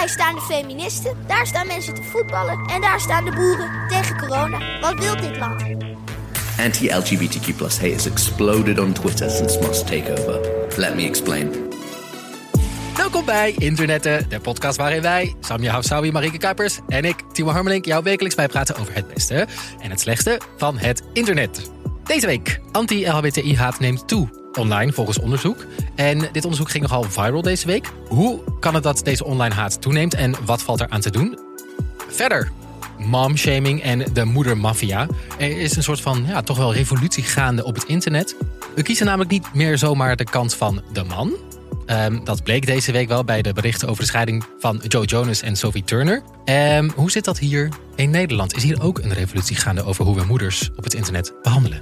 mij staan de feministen, daar staan mensen te voetballen en daar staan de boeren tegen corona. Wat wil dit land? Anti-LGBTQ+ hate has exploded on Twitter since Musk takeover. Let me explain. Welkom bij Internetten, de podcast waarin wij, Samia Hafsawi, Marieke Kuipers en ik, Timo Harmelink, jou wekelijks bijpraten over het beste en het slechtste van het internet. Deze week, anti-LHBTI-haat neemt toe online volgens onderzoek. En dit onderzoek ging nogal viral deze week. Hoe kan het dat deze online haat toeneemt en wat valt er aan te doen? Verder, momshaming en de moedermafia. Er is een soort van, toch wel revolutie gaande op het internet. We kiezen namelijk niet meer zomaar de kant van de man. Dat bleek deze week wel bij de berichten over de scheiding van Joe Jonas en Sophie Turner. Hoe zit dat hier in Nederland? Is hier ook een revolutie gaande over hoe we moeders op het internet behandelen?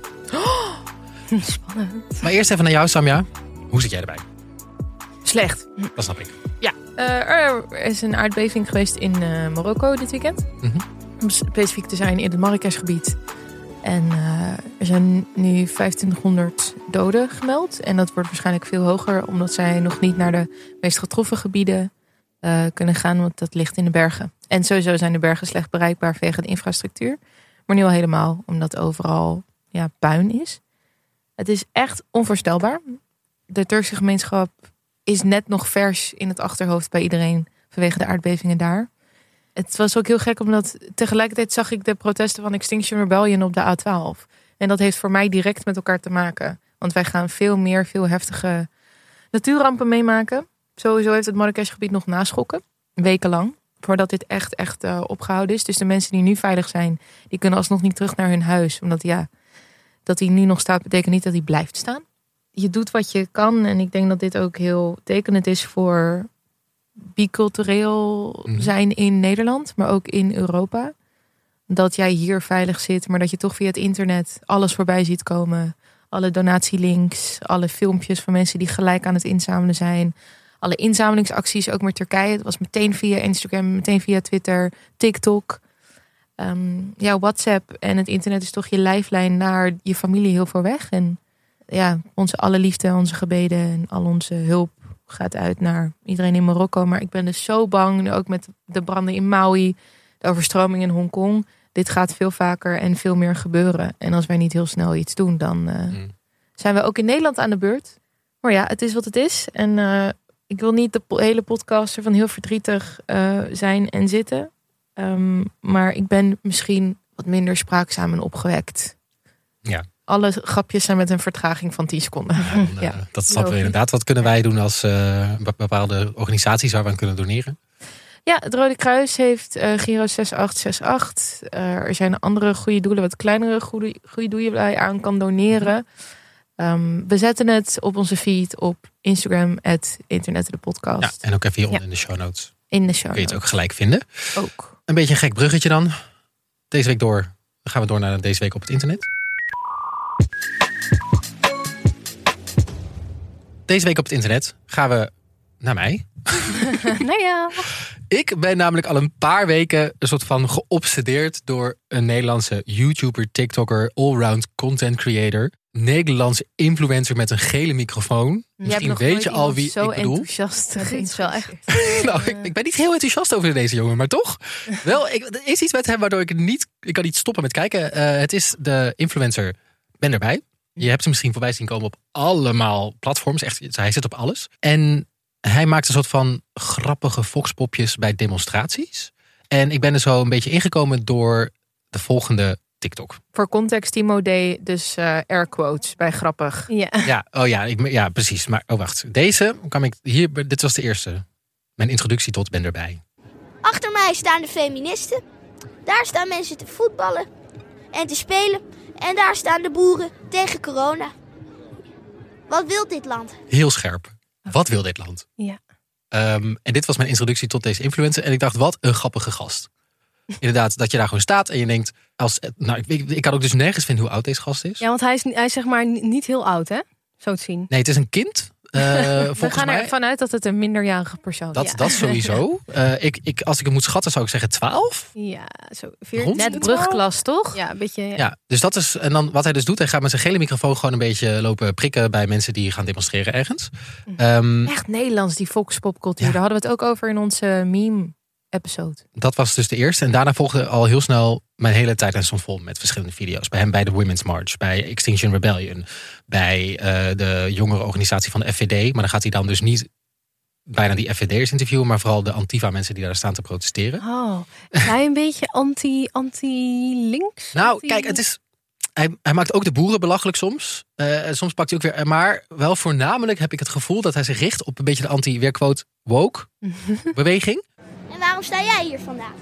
Spannend. Maar eerst even naar jou, Samia. Hoe zit jij erbij? Slecht. Dat snap ik. Ja, er is een aardbeving geweest in Marokko dit weekend. Mm-hmm. Om specifiek te zijn in het Marrakesh-gebied. En er zijn nu 2500 doden gemeld. En dat wordt waarschijnlijk veel hoger, omdat zij nog niet naar de meest getroffen gebieden kunnen gaan, want dat ligt in de bergen. En sowieso zijn de bergen slecht bereikbaar vanwege de infrastructuur. Maar nu al helemaal, omdat overal puin is. Het is echt onvoorstelbaar. De Turkse gemeenschap is net nog vers in het achterhoofd bij iedereen vanwege de aardbevingen daar. Het was ook heel gek, omdat tegelijkertijd zag ik de protesten van Extinction Rebellion op de A12. En dat heeft voor mij direct met elkaar te maken. Want wij gaan veel heftige natuurrampen meemaken. Sowieso heeft het Marrakesh-gebied nog naschokken. Wekenlang. Voordat dit echt opgehouden is. Dus de mensen die nu veilig zijn, die kunnen alsnog niet terug naar hun huis. Omdat dat hij nu nog staat, betekent niet dat hij blijft staan. Je doet wat je kan. En ik denk dat dit ook heel tekenend is voor bicultureel zijn in Nederland, maar ook in Europa. Dat jij hier veilig zit, maar dat je toch via het internet alles voorbij ziet komen. Alle donatielinks, alle filmpjes van mensen die gelijk aan het inzamelen zijn. Alle inzamelingsacties, ook met Turkije. Het was meteen via Instagram, meteen via Twitter, TikTok. WhatsApp en het internet is toch je lijflijn naar je familie heel ver weg. En onze allerliefde, onze gebeden en al onze hulp gaat uit naar iedereen in Marokko. Maar ik ben dus zo bang, ook met de branden in Maui, de overstroming in Hongkong. Dit gaat veel vaker en veel meer gebeuren. En als wij niet heel snel iets doen, dan zijn we ook in Nederland aan de beurt. Maar het is wat het is. En ik wil niet de hele podcast ervan heel verdrietig zijn en zitten. Maar ik ben misschien wat minder spraakzaam en opgewekt. Ja. Alle grapjes zijn met een vertraging van 10 seconden. Dat snappen we inderdaad. Wat kunnen wij doen als bepaalde organisaties waar we aan kunnen doneren? Ja, het Rode Kruis heeft Giro 6868. Er zijn andere goede doelen, wat kleinere goede doelen waar je aan kan doneren. We zetten het op onze feed op Instagram, @Internetten de podcast. Ja, en ook even hieronder in de show notes. In de show kun je het ook gelijk vinden. Ook. Een beetje een gek bruggetje dan. Deze week dan gaan we door naar deze week op het internet. Deze week op het internet gaan we naar mij. Ik ben namelijk al een paar weken een soort van geobsedeerd door een Nederlandse YouTuber, TikToker, allround content creator. Nederlandse influencer met een gele microfoon. Misschien weet je al wie ik bedoel. Enthousiast. Dat is wel echt. Ik ben niet heel enthousiast over deze jongen, maar toch. Wel, er is iets met hem waardoor ik kan niet stoppen met kijken. Het is de influencer Ben erbij. Je hebt hem misschien voorbij zien komen op allemaal platforms. Echt, hij zit op alles. En hij maakt een soort van grappige foxpopjes bij demonstraties. En ik ben er zo een beetje ingekomen door de volgende TikTok. Voor context, Timo deed dus air quotes bij grappig. Ja, precies. Maar wacht. Deze kwam ik hier. Dit was de eerste. Mijn introductie tot Ben erbij. Achter mij staan de feministen, daar staan mensen te voetballen en te spelen. En daar staan de boeren tegen corona. Wat wil dit land? Heel scherp. Wat wil dit land? Ja. En dit was mijn introductie tot deze influencer. En ik dacht, wat een grappige gast. Inderdaad, dat je daar gewoon staat en je denkt... ik kan ook dus nergens vinden hoe oud deze gast is. Ja, want hij is zeg maar niet heel oud, hè? Zo te zien. Nee, het is een kind. volgens We gaan mij. ervan uit dat het een minderjarige persoon is. Dat sowieso. Als ik het moet schatten, zou ik zeggen 12. Ja, zo Rond 14. Net brugklas, toch? Ja, een beetje. Ja, dus dat is. En dan wat hij dus doet, hij gaat met zijn gele microfoon gewoon een beetje lopen prikken bij mensen die gaan demonstreren ergens. Echt Nederlands, die volkspopcultuur. Ja. Daar hadden we het ook over in onze meme-episode. Dat was dus de eerste. En daarna volgde al heel snel mijn hele tijdlijn stond vol met verschillende video's. Bij hem bij de Women's March, bij Extinction Rebellion, bij de jongerenorganisatie van de FVD. Maar dan gaat hij dan dus niet bijna die FVD'ers interviewen, maar vooral de Antifa-mensen die daar staan te protesteren. Oh, is hij een beetje anti-links? Nou, kijk, het is. Hij maakt ook de boeren belachelijk soms. Soms pakt hij ook weer. Maar wel voornamelijk heb ik het gevoel dat hij zich richt op een beetje de anti-weerquote woke beweging. En waarom sta jij hier vandaag?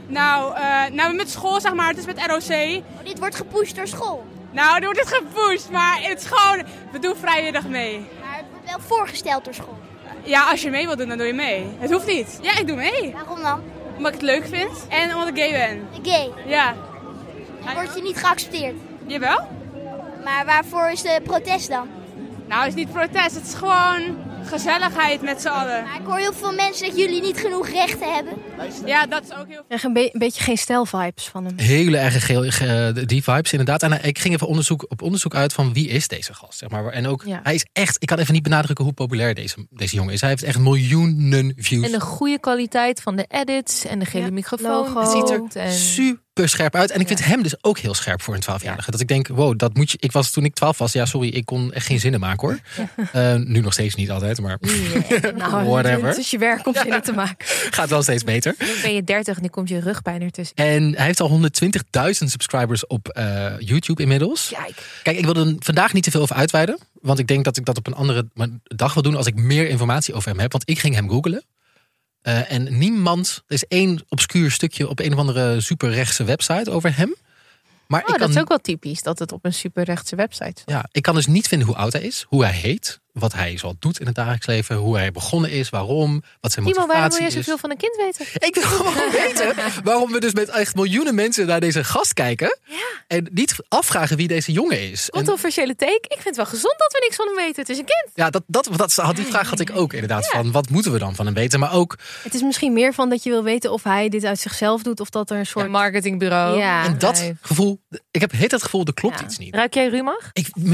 Nou, met school zeg maar, het is met ROC. Oh, dit wordt gepusht door school. Nou, er wordt het gepusht, maar het is gewoon, we doen vrijwillig mee. Maar het wordt wel voorgesteld door school. Ja, als je mee wilt doen, dan doe je mee. Het hoeft niet. Ja, ik doe mee. Waarom dan? Omdat ik het leuk vind en omdat ik gay ben. De gay. Ja. Dan word je niet geaccepteerd. Jawel? Maar waarvoor is de protest dan? Nou, het is niet protest, het is gewoon gezelligheid met z'n allen. Maar ik hoor heel veel mensen dat jullie niet genoeg rechten hebben. Ja, dat is ook heel Echt een beetje geen stijl-vibes van hem. Hele erg die vibes inderdaad. En ik ging even op onderzoek uit van wie is deze gast. Zeg maar. En ook, Ja. hij is echt, ik kan even niet benadrukken hoe populair deze jongen is. Hij heeft echt miljoenen views. En de goede kwaliteit van de edits en de gele microfoon. logo. Het ziet er En super scherp uit. En ik vind hem dus ook heel scherp voor een 12-jarige. Dat ik denk, wow, dat moet je. Toen ik 12 was, ja sorry, ik kon echt geen zinnen maken hoor. Nu nog steeds niet altijd, maar Nou, whatever. het is je werk om zinnen te maken. Gaat wel steeds beter. dan ben je 30 en nu komt je rugpijn ertussen. En hij heeft al 120.000 subscribers op YouTube inmiddels. Kijk, ik wil er vandaag niet te veel over uitweiden. Want ik denk dat ik dat op een andere dag wil doen als ik meer informatie over hem heb. Want ik ging hem googlen. En niemand, er is één obscuur stukje op een of andere superrechtse website over hem. Maar ik Dat is ook wel typisch, dat het op een superrechtse website staat. Ja, ik kan dus niet vinden hoe oud hij is, hoe hij heet, wat hij zoal doet in het dagelijks leven, hoe hij begonnen is, waarom, wat zijn Timo, motivatie waarom wil je is. zoveel van een kind weten? Ik wil gewoon weten waarom we dus met echt miljoenen mensen naar deze gast kijken. En niet afvragen wie deze jongen is. En, Controversiële take. Ik vind het wel gezond dat we niks van hem weten. Het is een kind. ja, die vraag had ik ook inderdaad. Van wat moeten we dan van hem weten? Maar ook, Het is misschien meer van dat je wil weten of hij dit uit zichzelf doet of dat er een soort... Een marketingbureau. Ja. en dat Nee. gevoel, ik heb het gevoel, er klopt Ja. iets niet. Ruik jij Rumach?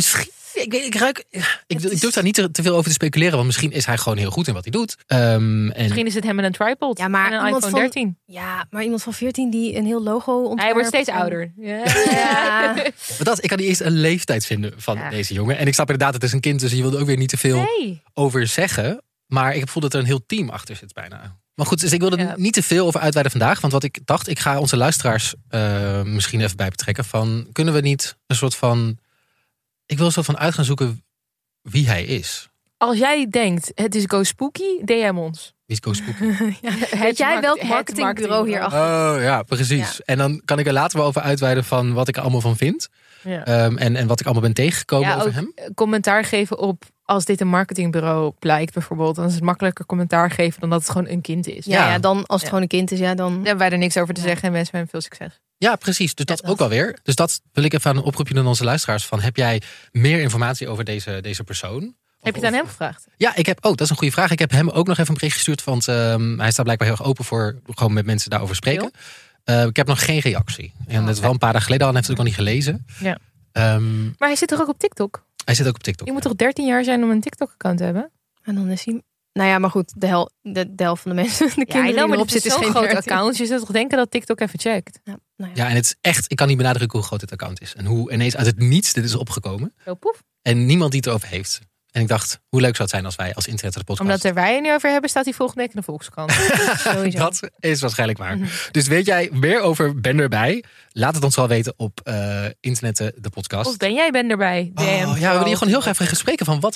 Ik ruik. Ik durf daar niet te veel over te speculeren, want misschien is hij gewoon heel goed in wat hij doet. En Misschien is het hem met een tripod. Ja, maar en een iemand iPhone van- 13. Ja, maar iemand van 14 die een heel logo ontwerpt. Hij wordt steeds en- ouder. Ja. Ja. Maar ik kan niet eens een leeftijd vinden van Ja. deze jongen. En ik snap inderdaad, het is een kind, dus je wilde ook weer niet te veel Nee. over zeggen. Maar ik heb het gevoel dat er een heel team achter zit bijna. Maar goed, dus ik wilde er Ja. niet te veel over uitweiden vandaag. Want wat ik dacht, ik ga onze luisteraars misschien even bij betrekken. Van, kunnen we niet een soort van... Ik wil een soort van uit gaan zoeken wie hij is. Als jij denkt, het is Go Spooky, DM ons. Wie is Go Spooky? Weet jij welk het marketingbureau hierachter? Oh ja, precies. Ja. En dan kan ik er later wel over uitweiden van wat ik er allemaal van vind. Ja. En wat ik allemaal ben tegengekomen Ja, over ook hem. commentaar geven op als dit een marketingbureau blijkt bijvoorbeeld. Dan is het makkelijker commentaar geven dan dat het gewoon een kind is. Ja, Ja. dan als het Ja. gewoon een kind is, ja, dan... Daar hebben wij er niks over te zeggen en wensen wij hem veel succes. Ja, precies. Dus dat ook alweer. Dus dat wil ik even aan een oproepje doen aan onze luisteraars. Van, heb jij meer informatie over deze persoon? Heb je het aan hem gevraagd? Ja, dat is een goede vraag. Ik heb hem ook nog even een bericht gestuurd. Want hij staat blijkbaar heel erg open voor gewoon met mensen daarover spreken. Ik heb nog geen reactie. En dat is wel een paar dagen geleden al en heeft het ook nog niet gelezen. Ja. Ehm, Maar hij zit toch ook op TikTok? hij zit ook op TikTok. Je moet toch 13 jaar zijn om een TikTok-account te hebben? En dan is hij... Nou ja, maar goed, de helft van de mensen, de Ja, kinderen die maar erop dit is zitten, is zo'n geen groot 13. account. Je zult toch denken dat TikTok even checkt? Ja, nou ja. Ja, en het is echt, ik kan niet benadrukken hoe groot dit account is. En hoe ineens uit het niets dit is opgekomen. Zo poef. En niemand die het erover heeft. En ik dacht, hoe leuk zou het zijn als wij als Internet de podcast... Omdat er wij het nu over hebben, staat hij volgende week in de Volkskrant. Sowieso. Dat is waarschijnlijk waar. Dus weet jij meer over Ben erbij? Laat het ons wel weten op Internet de podcast. Of ben jij erbij? DM. Ja, we willen je gewoon heel graag gesprekken van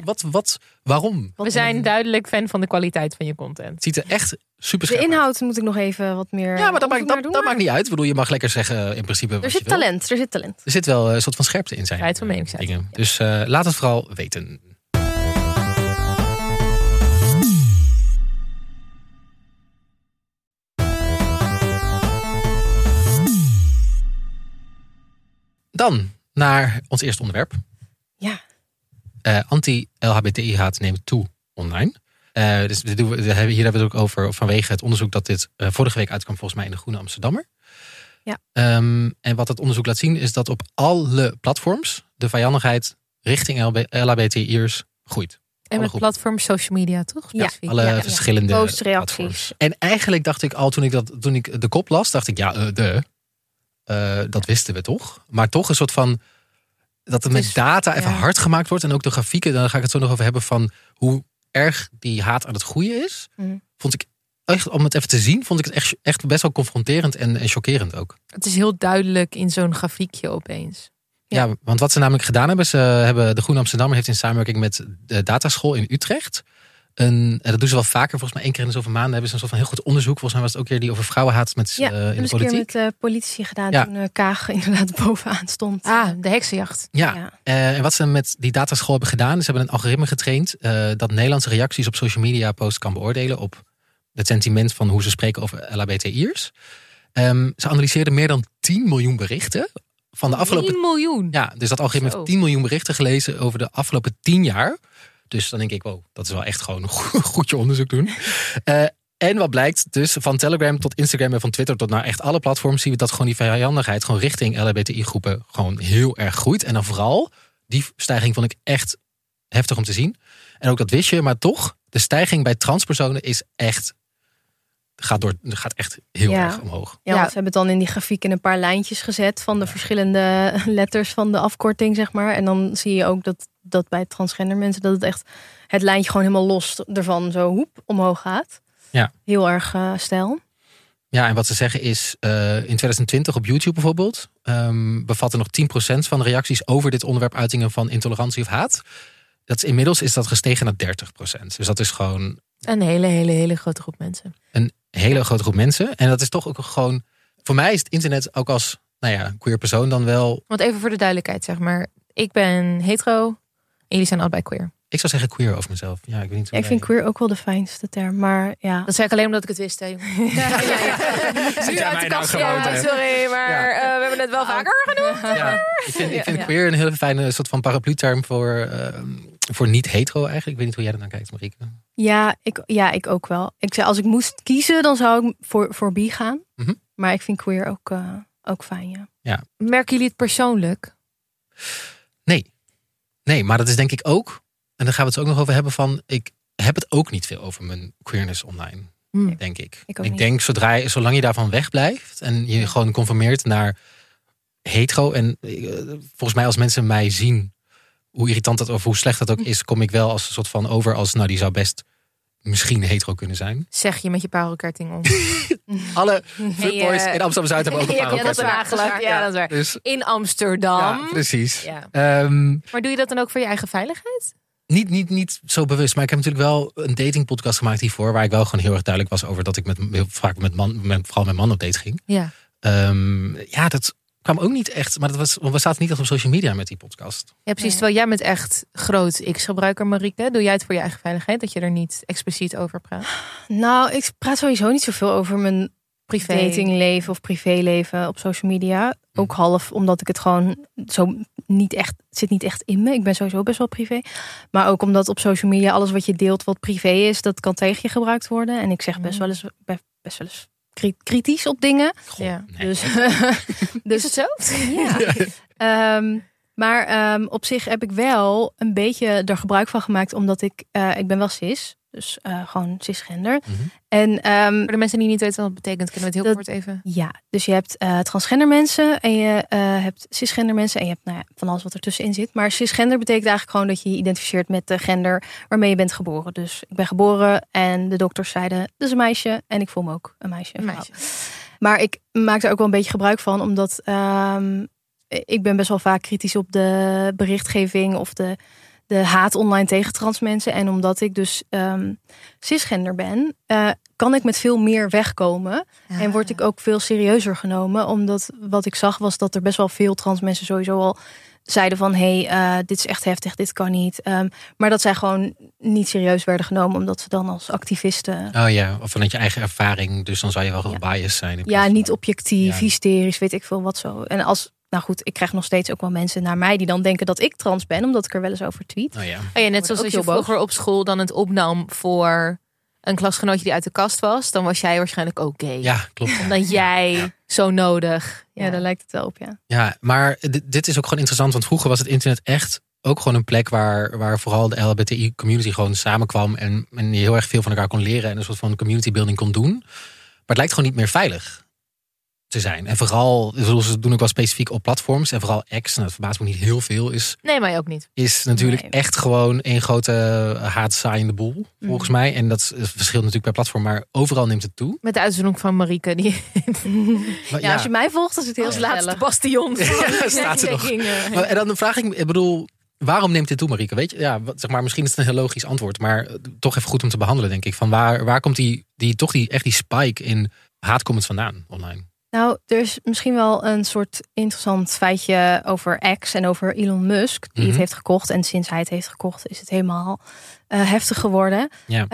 waarom? We zijn duidelijk fan van de kwaliteit van je content. Het ziet er echt super De scherp uit. inhoud moet ik nog even wat meer... Ja, maar dat onderzoek naar doen, maakt niet uit. Ik bedoel, je mag lekker zeggen in principe wat Er je zit wil. talent, er zit talent. Er zit wel een soort van scherpte in zijn Vrijheid van meningsuiting. dingen. Dus laat het vooral weten. Dan naar ons eerste onderwerp. Ja. Anti-LHBTI-haat neemt toe online. Dus hier hebben we het ook over vanwege het onderzoek dat dit vorige week uitkwam volgens mij in de Groene Amsterdammer. Ja. En wat het onderzoek laat zien is dat op alle platforms de vijandigheid richting LHBTI'ers groeit. En met platforms social media, toch? Ja. Alle verschillende postreacties. platforms. En eigenlijk dacht ik al, toen ik de kop las, dacht ik, dat wisten we toch. Maar toch een soort van, dat het met data even hard gemaakt wordt. En ook de grafieken, daar ga ik het zo nog over hebben, van hoe erg die haat aan het groeien is. Vond ik echt, om het even te zien, vond ik het echt best wel confronterend en chockerend ook. Het is heel duidelijk in zo'n grafiekje opeens. Ja, want wat ze namelijk gedaan hebben, de Groene Amsterdammer heeft in samenwerking met de dataschool in Utrecht. En dat doen ze wel vaker, volgens mij 1 keer in de zoveel maanden hebben ze een soort van heel goed onderzoek. Volgens mij was het ook weer die over vrouwenhaat met in de politiek. Ja, hebben een keer met politici gedaan toen Kaag inderdaad bovenaan stond. De heksenjacht. Ja. En wat ze met die dataschool hebben gedaan, is ze hebben een algoritme getraind dat Nederlandse reacties op social media posts kan beoordelen op het sentiment van hoe ze spreken over LHBTI'ers. Ze analyseerden meer dan 10 miljoen berichten. Van de afgelopen 10 miljoen? Ja, dus dat algoritme heeft 10 miljoen berichten gelezen over de afgelopen 10 jaar. Dus dan denk ik, wow, dat is wel echt gewoon een goedje onderzoek doen. En wat blijkt dus, van Telegram tot Instagram en van Twitter tot naar echt alle platforms zien we dat gewoon die vijandigheid gewoon richting LHBTI-groepen gewoon heel erg groeit. En dan vooral, die stijging vond ik echt heftig om te zien. En ook dat wist je, maar toch, de stijging bij transpersonen is echt, gaat echt heel erg omhoog. Ja, want ze hebben dan in die grafiek in een paar lijntjes gezet van de verschillende letters van de afkorting, zeg maar. En dan zie je ook dat bij transgender mensen dat het echt het lijntje gewoon helemaal los ervan zo hoep omhoog gaat. Ja. Heel erg stijl. Ja, en wat ze zeggen is, in 2020 op YouTube bijvoorbeeld, bevatten nog 10% van de reacties over dit onderwerp uitingen van intolerantie of haat. Inmiddels is dat gestegen naar 30%. Dus dat is gewoon een hele grote groep mensen. Een hele grote groep mensen. En dat is toch ook gewoon, voor mij is het internet ook als queer persoon dan wel. Want even voor de duidelijkheid, zeg maar. Ik ben hetero en jullie zijn allebei queer. Ik zou zeggen queer over mezelf. Ja, ik weet niet. Ik vind queer ook wel de fijnste term, maar ja. Dat zei ik alleen omdat ik het wist, hè. Zit jij mij nou gewoon? Sorry, maar we hebben het wel vaker genoemd. Ja, ik vind queer een hele fijne soort van paraplu-term voor niet-hetero eigenlijk. Ik weet niet hoe jij er naar kijkt, Marieke. Ja, ik ook wel. Ik zei, als ik moest kiezen, dan zou ik voor bi gaan. Mm-hmm. Maar ik vind queer ook fijn, ja. Merken jullie het persoonlijk? Nee, maar dat is denk ik ook, en daar gaan we het ook nog over hebben van, ik heb het ook niet veel over mijn queerness online, denk ik. Ik denk, zolang je daarvan wegblijft en je gewoon conformeert naar hetero, en volgens mij als mensen mij zien, hoe irritant dat of hoe slecht dat ook is, kom ik wel als een soort van over als, die zou best misschien hetero kunnen zijn. Zeg je met je parelketting om. Alle fuckboys in Amsterdam-Zuid hebben ook een parelketting. Ja, dat is waar. Dus, in Amsterdam. Ja, precies. Ja. Maar doe je dat dan ook voor je eigen veiligheid? Niet zo bewust, maar ik heb natuurlijk wel een datingpodcast gemaakt hiervoor, waar ik wel gewoon heel erg duidelijk was over dat ik vaak vooral met man op date ging. Ja. Dat kwam ook niet echt, maar we zaten niet echt op social media met die podcast. Ja, precies. Terwijl jij bent echt groot X-gebruiker, Marieke. Doe jij het voor je eigen veiligheid, dat je er niet expliciet over praat? Nou, ik praat sowieso niet zoveel over mijn datingleven of privéleven op social media. Ook half omdat ik het gewoon zo zit niet echt in me. Ik ben sowieso best wel privé. Maar ook omdat op social media alles wat je deelt wat privé is, dat kan tegen je gebruikt worden. En ik zeg best wel eens kritisch op dingen. Goh, ja. Nee. Dus is het zo? Ja. Maar op zich heb ik wel een beetje er gebruik van gemaakt, omdat ik ben wel cis. Dus gewoon cisgender. Mm-hmm. En voor de mensen die niet weten wat het betekent, kunnen we het heel kort even. Ja, dus je hebt transgender mensen en je hebt cisgender mensen en je hebt van alles wat ertussenin zit. Maar cisgender betekent eigenlijk gewoon dat je je identificeert met de gender waarmee je bent geboren. Dus ik ben geboren en de dokters zeiden, dat is een meisje en ik voel me ook een meisje. Maar ik maak er ook wel een beetje gebruik van, omdat ik ben best wel vaak kritisch op de berichtgeving of de haat online tegen trans mensen. En omdat ik dus cisgender ben, kan ik met veel meer wegkomen. Ja. En word ik ook veel serieuzer genomen. Omdat wat ik zag was dat er best wel veel trans mensen sowieso al zeiden van, dit is echt heftig, dit kan niet. Maar dat zij gewoon niet serieus werden genomen, omdat ze dan als activisten. Oh ja, of vanuit je eigen ervaring. Dus dan zou je wel gebiased zijn. Ja, niet objectief, hysterisch, weet ik veel wat zo. En nou goed, ik krijg nog steeds ook wel mensen naar mij die dan denken dat ik trans ben, omdat ik er wel eens over tweet. Oh ja. Oh ja, net zoals ook als je heel boos. vroeger op school dan het opnam voor een klasgenootje die uit de kast was, dan was jij waarschijnlijk ook gay. Ja, klopt. Omdat jij zo nodig. Ja, daar lijkt het wel op, ja. Ja, maar dit is ook gewoon interessant. Want vroeger was het internet echt ook gewoon een plek waar vooral de LHBTI-community gewoon samenkwam. En je heel erg veel van elkaar kon leren. En een soort van community building kon doen. Maar het lijkt gewoon niet meer veilig te zijn. En vooral, ze doen ook wel specifiek op platforms. En vooral X, en dat verbaast me niet heel veel, Nee, mij ook niet. is natuurlijk Nee. echt gewoon een grote haatzaaiende boel. Volgens mij. En dat verschilt natuurlijk per platform. Maar overal neemt het toe. Met de uitzondering van Marieke. Die Maar Ja, als je mij volgt, is het heel als laatste gezellig. bastion. Ja, staat er nog. Maar, en dan vraag ik bedoel, waarom neemt dit toe, Marieke? Weet je, ja, zeg maar, misschien is het een heel logisch antwoord, maar toch even goed om te behandelen, denk ik. Van waar komt die spike in haatcomments vandaan online? Nou, er is misschien wel een soort interessant feitje over X en over Elon Musk, die het heeft gekocht. En sinds hij het heeft gekocht, is het helemaal heftig geworden. Ja.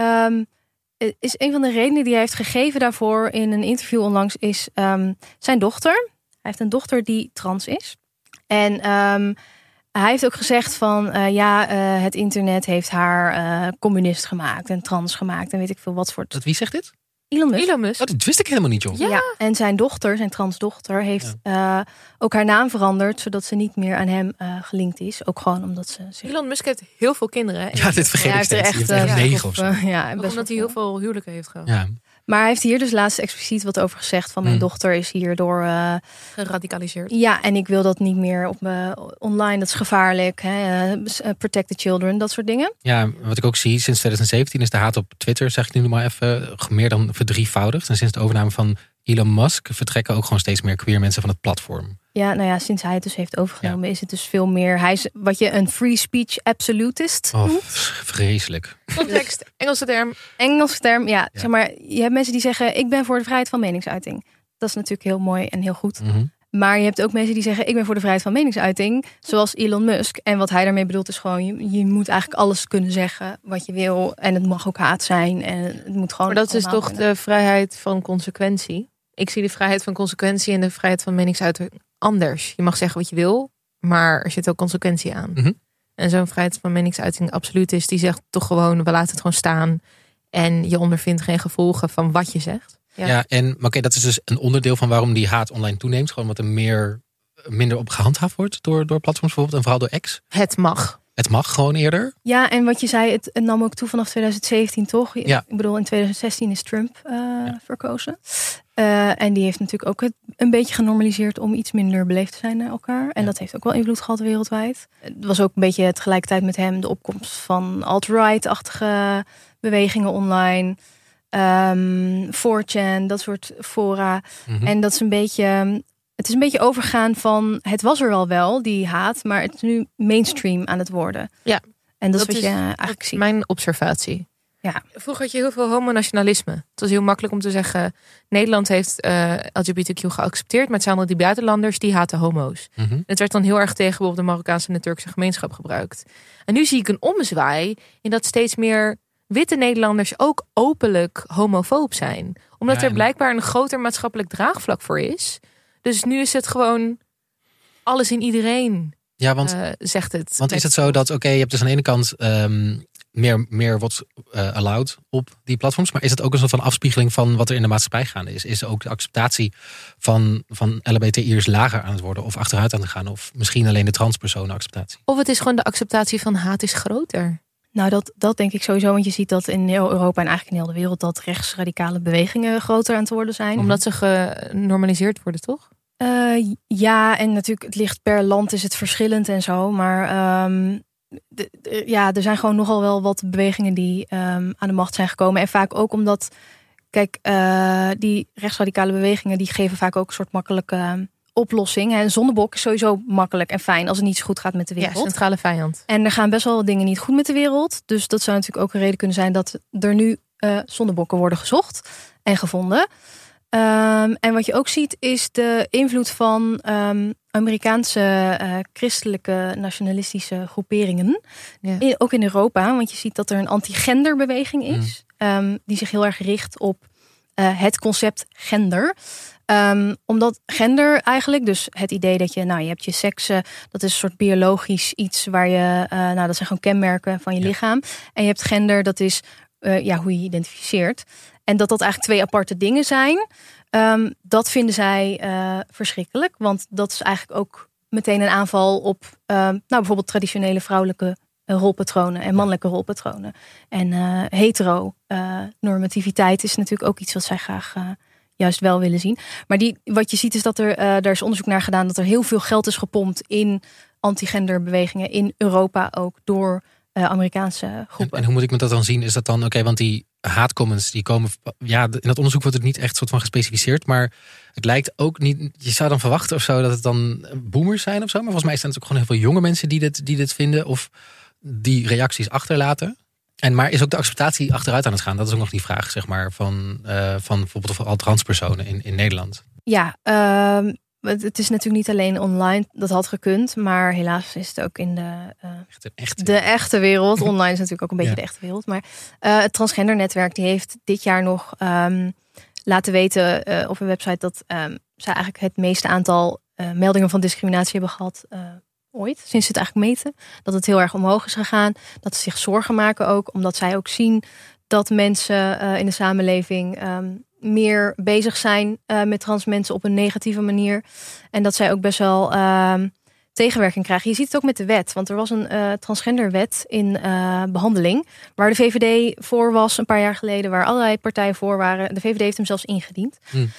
Is een van de redenen die hij heeft gegeven daarvoor in een interview onlangs is zijn dochter. Hij heeft een dochter die trans is. En hij heeft ook gezegd van het internet heeft haar communist gemaakt en trans gemaakt en weet ik veel wat voor. Wie zegt dit? Elon Musk. Elon Musk. Oh, dat wist ik helemaal niet, joh. Ja, en zijn dochter, zijn transdochter, heeft ook haar naam veranderd, zodat ze niet meer aan hem gelinkt is. Ook gewoon omdat ze zich... Elon Musk heeft heel veel kinderen. Hè? Ja, dit vergeet ik steeds. Die heeft echt 9 of zo. Ja, Ook best omdat hij wel heel veel huwelijken heeft gehad. Ja. Maar hij heeft hier dus laatst expliciet wat over gezegd van mijn dochter is hierdoor... Geradicaliseerd. ja, en ik wil dat niet meer op me online, dat is gevaarlijk. Hè? Protect the children, dat soort dingen. Ja, wat ik ook zie, sinds 2017 is de haat op Twitter, zeg ik nu maar even, meer dan verdrievoudigd. En sinds de overname van Elon Musk vertrekken ook gewoon steeds meer queer mensen van het platform. Ja, nou ja, sinds hij het dus heeft overgenomen is het dus veel meer... Hij is wat je een free speech absolutist Oh, noemt. vreselijk. Context, Engelse term. Engelse term, ja. Zeg maar, je hebt mensen die zeggen, ik ben voor de vrijheid van meningsuiting. Dat is natuurlijk heel mooi en heel goed. Maar je hebt ook mensen die zeggen, ik ben voor de vrijheid van meningsuiting. Zoals Elon Musk. En wat hij daarmee bedoelt is gewoon, je moet eigenlijk alles kunnen zeggen wat je wil. En het mag ook haat zijn. En het moet gewoon... Maar dat is allemaal toch kunnen. de vrijheid van consequentie? Ik zie de vrijheid van consequentie en de vrijheid van meningsuiting anders. Je mag zeggen wat je wil, maar er zit ook consequentie aan. En zo'n vrijheid van meningsuiting absoluut is, die zegt toch gewoon, we laten het gewoon staan. En je ondervindt geen gevolgen van wat je zegt. Ja, maar oké, dat is dus een onderdeel van waarom die haat online toeneemt. Gewoon wat er minder op gehandhaafd wordt door platforms bijvoorbeeld. En vooral door X. Het mag. Het mag gewoon eerder. Ja, en wat je zei, het nam ook toe vanaf 2017, toch? Ja. Ik bedoel, in 2016 is Trump verkozen. En die heeft natuurlijk ook het een beetje genormaliseerd om iets minder beleefd te zijn naar elkaar. En dat heeft ook wel invloed gehad wereldwijd. Het was ook een beetje tegelijkertijd met hem de opkomst van alt-right-achtige bewegingen online. 4chan, dat soort fora. En dat is een beetje... Het is een beetje overgaan van, het was er al wel, die haat, maar het is nu mainstream aan het worden. Ja. En dat is wat je eigenlijk ziet. Mijn observatie. Ja. Vroeger had je heel veel homonationalisme. Het was heel makkelijk om te zeggen, Nederland heeft LGBTQ geaccepteerd, maar het zijn al die buitenlanders die haten homo's. Het werd dan heel erg tegen bijvoorbeeld de Marokkaanse en de Turkse gemeenschap gebruikt. En nu zie ik een omzwaai in dat steeds meer witte Nederlanders ook openlijk homofoob zijn. Omdat er blijkbaar een groter maatschappelijk draagvlak voor is. Dus nu is het gewoon alles in iedereen. Ja, want zegt het. Want is het zo dat, je hebt dus aan de ene kant meer wordt allowed op die platforms. Maar is het ook een soort van afspiegeling van wat er in de maatschappij gaande is? Is ook de acceptatie van LHBTI'ers lager aan het worden of achteruit aan het gaan? Of misschien alleen de transpersonen acceptatie? Of het is gewoon de acceptatie van haat is groter. Nou, dat denk ik sowieso. Want je ziet dat in heel Europa en eigenlijk in heel de wereld dat rechtsradicale bewegingen groter aan het worden zijn. Omdat ze genormaliseerd worden, toch? Ja, en natuurlijk het ligt per land is het verschillend en zo. Maar er zijn gewoon nogal wel wat bewegingen die aan de macht zijn gekomen. En vaak ook omdat, kijk, die rechtsradicale bewegingen die geven vaak ook een soort makkelijke oplossing. Een zondebok is sowieso makkelijk en fijn als het niet zo goed gaat met de wereld. Ja, centrale vijand. En er gaan best wel wat dingen niet goed met de wereld. Dus dat zou natuurlijk ook een reden kunnen zijn dat er nu zondebokken worden gezocht en gevonden. En wat je ook ziet is de invloed van Amerikaanse christelijke nationalistische groeperingen. Ja. Ook in Europa, want je ziet dat er een anti-genderbeweging is. Die zich heel erg richt op het concept gender. Omdat gender eigenlijk, dus het idee dat je hebt je seksen, dat is een soort biologisch iets waar je, dat zijn gewoon kenmerken van je lichaam. En je hebt gender, dat is hoe je identificeert. En dat eigenlijk 2 aparte dingen zijn, dat vinden zij verschrikkelijk. Want dat is eigenlijk ook meteen een aanval op bijvoorbeeld traditionele vrouwelijke rolpatronen en mannelijke rolpatronen. En hetero-normativiteit is natuurlijk ook iets wat zij graag juist wel willen zien. Maar wat je ziet is dat daar is onderzoek naar gedaan dat er heel veel geld is gepompt in antigenderbewegingen in Europa ook door Amerikaanse groepen. En hoe moet ik me dat dan zien? Is dat dan want die haatcomments die komen, in dat onderzoek wordt het niet echt soort van gespecificeerd, maar het lijkt ook niet, je zou dan verwachten of zo dat het dan boomers zijn of zo, maar volgens mij zijn het ook gewoon heel veel jonge mensen die dit vinden of die reacties achterlaten. Maar is ook de acceptatie achteruit aan het gaan? Dat is ook nog die vraag, zeg maar, van bijvoorbeeld vooral transpersonen in Nederland. Ja, het is natuurlijk niet alleen online, dat had gekund, maar helaas is het ook in de echte wereld. Online is natuurlijk ook een beetje de echte wereld. Maar het transgendernetwerk die heeft dit jaar nog laten weten op een website dat zij eigenlijk het meeste aantal meldingen van discriminatie hebben gehad ooit, sinds ze het eigenlijk meten. Dat het heel erg omhoog is gegaan. Dat ze zich zorgen maken ook, omdat zij ook zien dat mensen in de samenleving meer bezig zijn met trans mensen op een negatieve manier. En dat zij ook best wel tegenwerking krijgen. Je ziet het ook met de wet. Want er was een transgenderwet in behandeling, waar de VVD voor was een paar jaar geleden, waar allerlei partijen voor waren. De VVD heeft hem zelfs ingediend.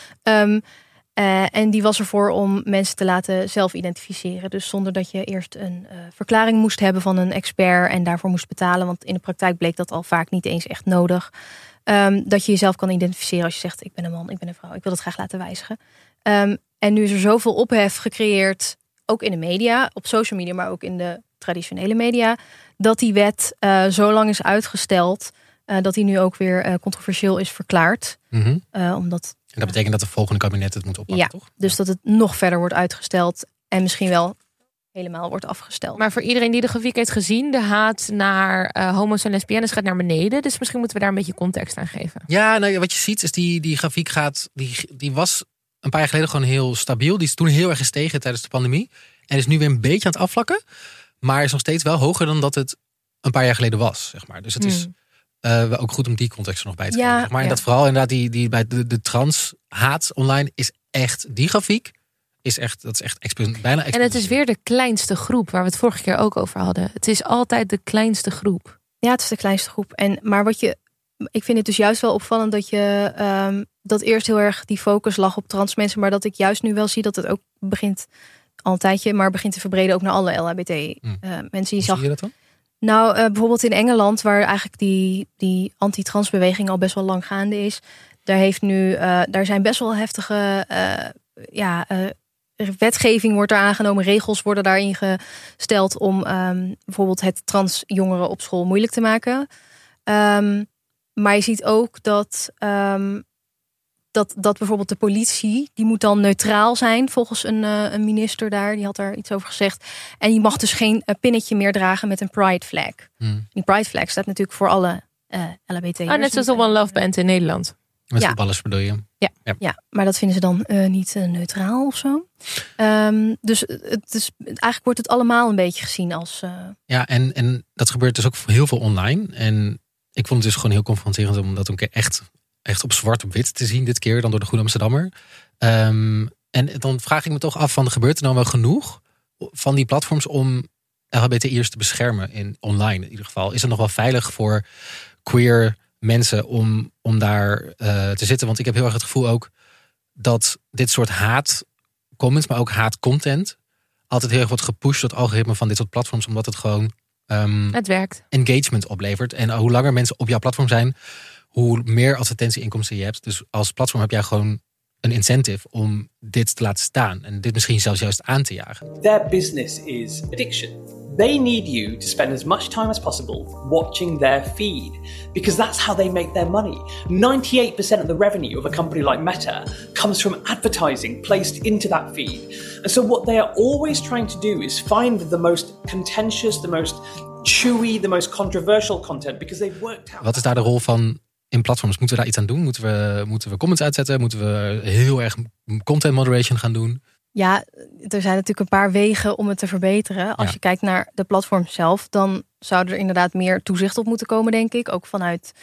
En die was ervoor om mensen te laten zelf identificeren. Dus zonder dat je eerst een verklaring moest hebben van een expert en daarvoor moest betalen. Want in de praktijk bleek dat al vaak niet eens echt nodig. Dat je jezelf kan identificeren als je zegt, ik ben een man, ik ben een vrouw. Ik wil dat graag laten wijzigen. En nu is er zoveel ophef gecreëerd, ook in de media, op social media, maar ook in de traditionele media, dat die wet zo lang is uitgesteld, dat die nu ook weer controversieel is verklaard. Omdat en dat betekent dat de volgende kabinet het moet oppakken, toch? Dus dat het nog verder wordt uitgesteld en misschien wel helemaal wordt afgesteld. Maar voor iedereen die de grafiek heeft gezien, de haat naar homo's en lesbiennes gaat naar beneden. Dus misschien moeten we daar een beetje context aan geven. Ja, wat je ziet is die grafiek die was een paar jaar geleden gewoon heel stabiel. Die is toen heel erg gestegen tijdens de pandemie. En is nu weer een beetje aan het afvlakken. Maar is nog steeds wel hoger dan dat het een paar jaar geleden was, zeg maar. Dus het is ook goed om die context er nog bij te geven. Zeg maar. En dat vooral inderdaad die bij de trans haat online is echt, die grafiek is echt, dat is echt bijna exponentieel. En het is weer de kleinste groep waar we het vorige keer ook over hadden. Het is altijd de kleinste groep. Ja, het is de kleinste groep. Maar ik vind het dus juist wel opvallend dat je dat eerst heel erg die focus lag op trans mensen, maar dat ik juist nu wel zie dat het ook begint al een tijdje, maar begint te verbreden ook naar alle LHBT mensen. Hoe zie je dat dan? Nou, bijvoorbeeld in Engeland, waar eigenlijk die anti-transbeweging al best wel lang gaande is, daar zijn best wel heftige wetgeving wordt er aangenomen, regels worden daarin gesteld om bijvoorbeeld het trans jongeren op school moeilijk te maken. Maar je ziet ook dat bijvoorbeeld de politie, die moet dan neutraal zijn volgens een minister daar, die had daar iets over gezegd. En die mag dus geen pinnetje meer dragen met een pride flag. Die pride flag staat natuurlijk voor alle LHBT'ers. Net zoals de One Love Band in Nederland. Met voetballers bedoel je? Ja, maar dat vinden ze dan niet neutraal of zo. Dus eigenlijk wordt het allemaal een beetje gezien als... Ja, en dat gebeurt dus ook heel veel online. En ik vond het dus gewoon heel confronterend om dat een keer echt op zwart op wit te zien dit keer dan door de Groene Amsterdammer. En dan vraag ik me toch af van, gebeurt er nou wel genoeg van die platforms om LHBTI'ers te beschermen online in ieder geval? Is het nog wel veilig voor queer mensen om daar te zitten? Want ik heb heel erg het gevoel ook dat dit soort haatcomments, maar ook haatcontent altijd heel erg wordt gepusht door het algoritme van dit soort platforms, omdat het gewoon het werkt. Engagement oplevert. En hoe langer mensen op jouw platform zijn, hoe meer advertentieinkomsten je hebt. Dus als platform heb jij gewoon een incentive om dit te laten staan. En dit misschien zelfs juist aan te jagen. Their business is addiction. They need you to spend as much time as possible watching their feed, because that's how they make their money. 98% of the revenue of a company like Meta comes from advertising placed into that feed. And so what they are always trying to do is find the most contentious, the most chewy, the most controversial content, because they've worked out... Wat is daar de rol van in platforms? Moeten we daar iets aan doen? Moeten we comments uitzetten? Moeten we heel erg content moderation gaan doen? Ja, er zijn natuurlijk een paar wegen om het te verbeteren. Als je kijkt naar de platform zelf, dan zou er inderdaad meer toezicht op moeten komen, denk ik. Ook vanuit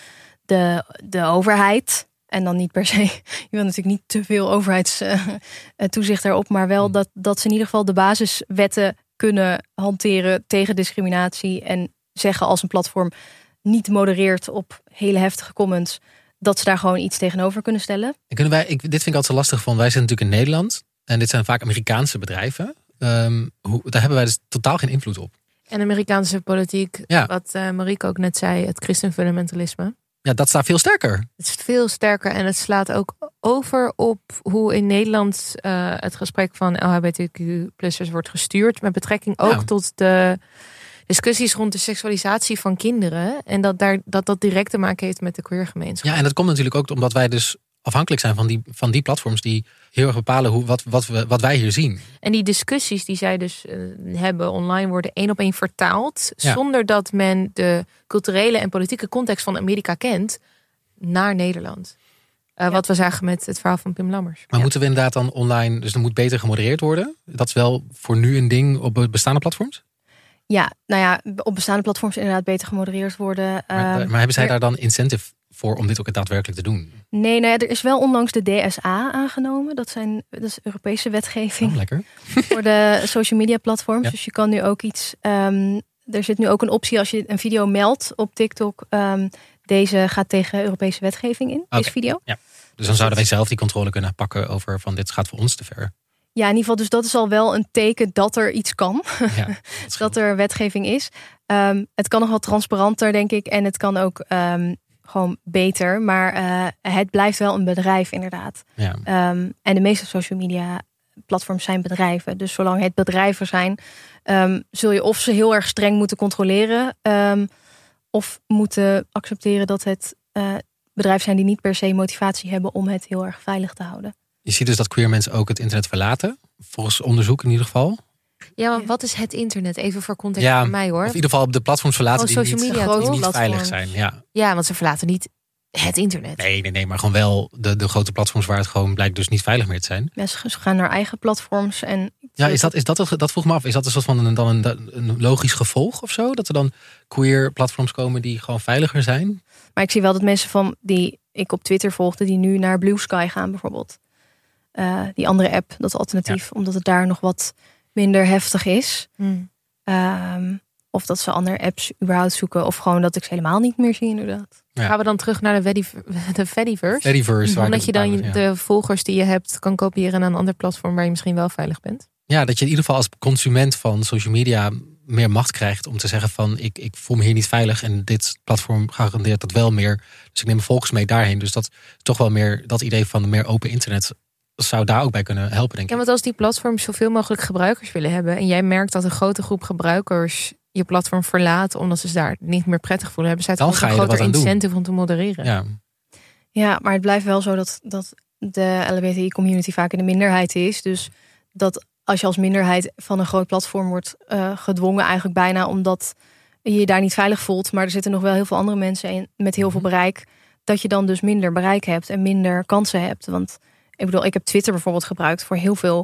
de overheid. En dan niet per se, je wil natuurlijk niet te veel overheidstoezicht erop, maar wel dat ze in ieder geval de basiswetten kunnen hanteren tegen discriminatie. En zeggen als een platform niet modereert op hele heftige comments, dat ze daar gewoon iets tegenover kunnen stellen. Dit vind ik altijd zo lastig van. Wij zijn natuurlijk in Nederland en dit zijn vaak Amerikaanse bedrijven. Daar hebben wij dus totaal geen invloed op. En Amerikaanse politiek, wat Marieke ook net zei, het christenfundamentalisme. Ja, dat staat veel sterker. Het is veel sterker en het slaat ook over op hoe in Nederland het gesprek van LHBTQ+'ers wordt gestuurd. Met betrekking ook tot de discussies rond de seksualisatie van kinderen. En dat direct te maken heeft met de queergemeenschap. Ja, en dat komt natuurlijk ook omdat wij dus afhankelijk zijn van die platforms die heel erg bepalen wat wij hier zien. En die discussies die zij dus hebben online worden 1 op 1 vertaald. Zonder dat men de culturele en politieke context van Amerika kent naar Nederland. Wat we zagen met het verhaal van Pim Lammers. Maar moeten we inderdaad dan online, dus er moet beter gemodereerd worden? Dat is wel voor nu een ding op bestaande platforms? Ja, nou ja, op bestaande platforms inderdaad beter gemodereerd worden. Maar hebben zij daar dan incentive voor om dit ook daadwerkelijk te doen? Nee, er is wel onlangs de DSA aangenomen. Dat is Europese wetgeving. Lekker. Voor de social media platforms. Ja. Dus je kan nu ook iets. Er zit nu ook een optie als je een video meldt op TikTok. Deze gaat tegen Europese wetgeving in. Deze video. Ja. Dus dan zouden wij zelf die controle kunnen pakken over van dit gaat voor ons te ver. Ja, in ieder geval, dus dat is al wel een teken dat er iets kan. Ja, dat er wetgeving is. Het kan nog wel transparanter, denk ik. En het kan ook gewoon beter. Maar het blijft wel een bedrijf, inderdaad. Ja. En de meeste social media platforms zijn bedrijven. Dus zolang het bedrijven zijn, zul je of ze heel erg streng moeten controleren. Of moeten accepteren dat het bedrijven zijn die niet per se motivatie hebben om het heel erg veilig te houden. Je ziet dus dat queer mensen ook het internet verlaten. Volgens onderzoek in ieder geval. Ja, maar wat is het internet? Even voor context voor mij hoor. Of in ieder geval de platforms verlaten die niet veilig zijn. Ja, want ze verlaten niet het internet. Nee, maar gewoon wel de grote platforms waar het gewoon blijkt dus niet veilig meer te zijn. Mensen gaan naar eigen platforms. En dat vroeg me af. Is dat een soort van een logisch gevolg of zo? Dat er dan queer platforms komen die gewoon veiliger zijn? Maar ik zie wel dat mensen van die ik op Twitter volgde, die nu naar Blue Sky gaan bijvoorbeeld. Die andere app, dat alternatief. Omdat het daar nog wat minder heftig is. Of dat ze andere apps überhaupt zoeken. Of gewoon dat ik ze helemaal niet meer zie inderdaad. Ja. Gaan we dan terug naar de Fediverse? Fediverse. Omdat je dan de volgers die je hebt kan kopiëren naar een ander platform waar je misschien wel veilig bent. Ja, dat je in ieder geval als consument van social media meer macht krijgt om te zeggen van ik voel me hier niet veilig en dit platform garandeert dat wel meer. Dus ik neem mijn volgers mee daarheen. Dus dat is toch wel meer dat idee van een meer open internet zou daar ook bij kunnen helpen, denk ik. Ja, want als die platforms zoveel mogelijk gebruikers willen hebben en jij merkt dat een grote groep gebruikers je platform verlaat omdat ze het daar niet meer prettig voelen, hebben zij het gewoon een groter incentive om te modereren. Ja, maar het blijft wel zo dat de LHBTI-community vaak in de minderheid is. Dus dat als je als minderheid van een groot platform wordt gedwongen, eigenlijk bijna omdat je je daar niet veilig voelt, maar er zitten nog wel heel veel andere mensen in met heel veel bereik, dat je dan dus minder bereik hebt en minder kansen hebt. Want ik bedoel, ik heb Twitter bijvoorbeeld gebruikt voor heel veel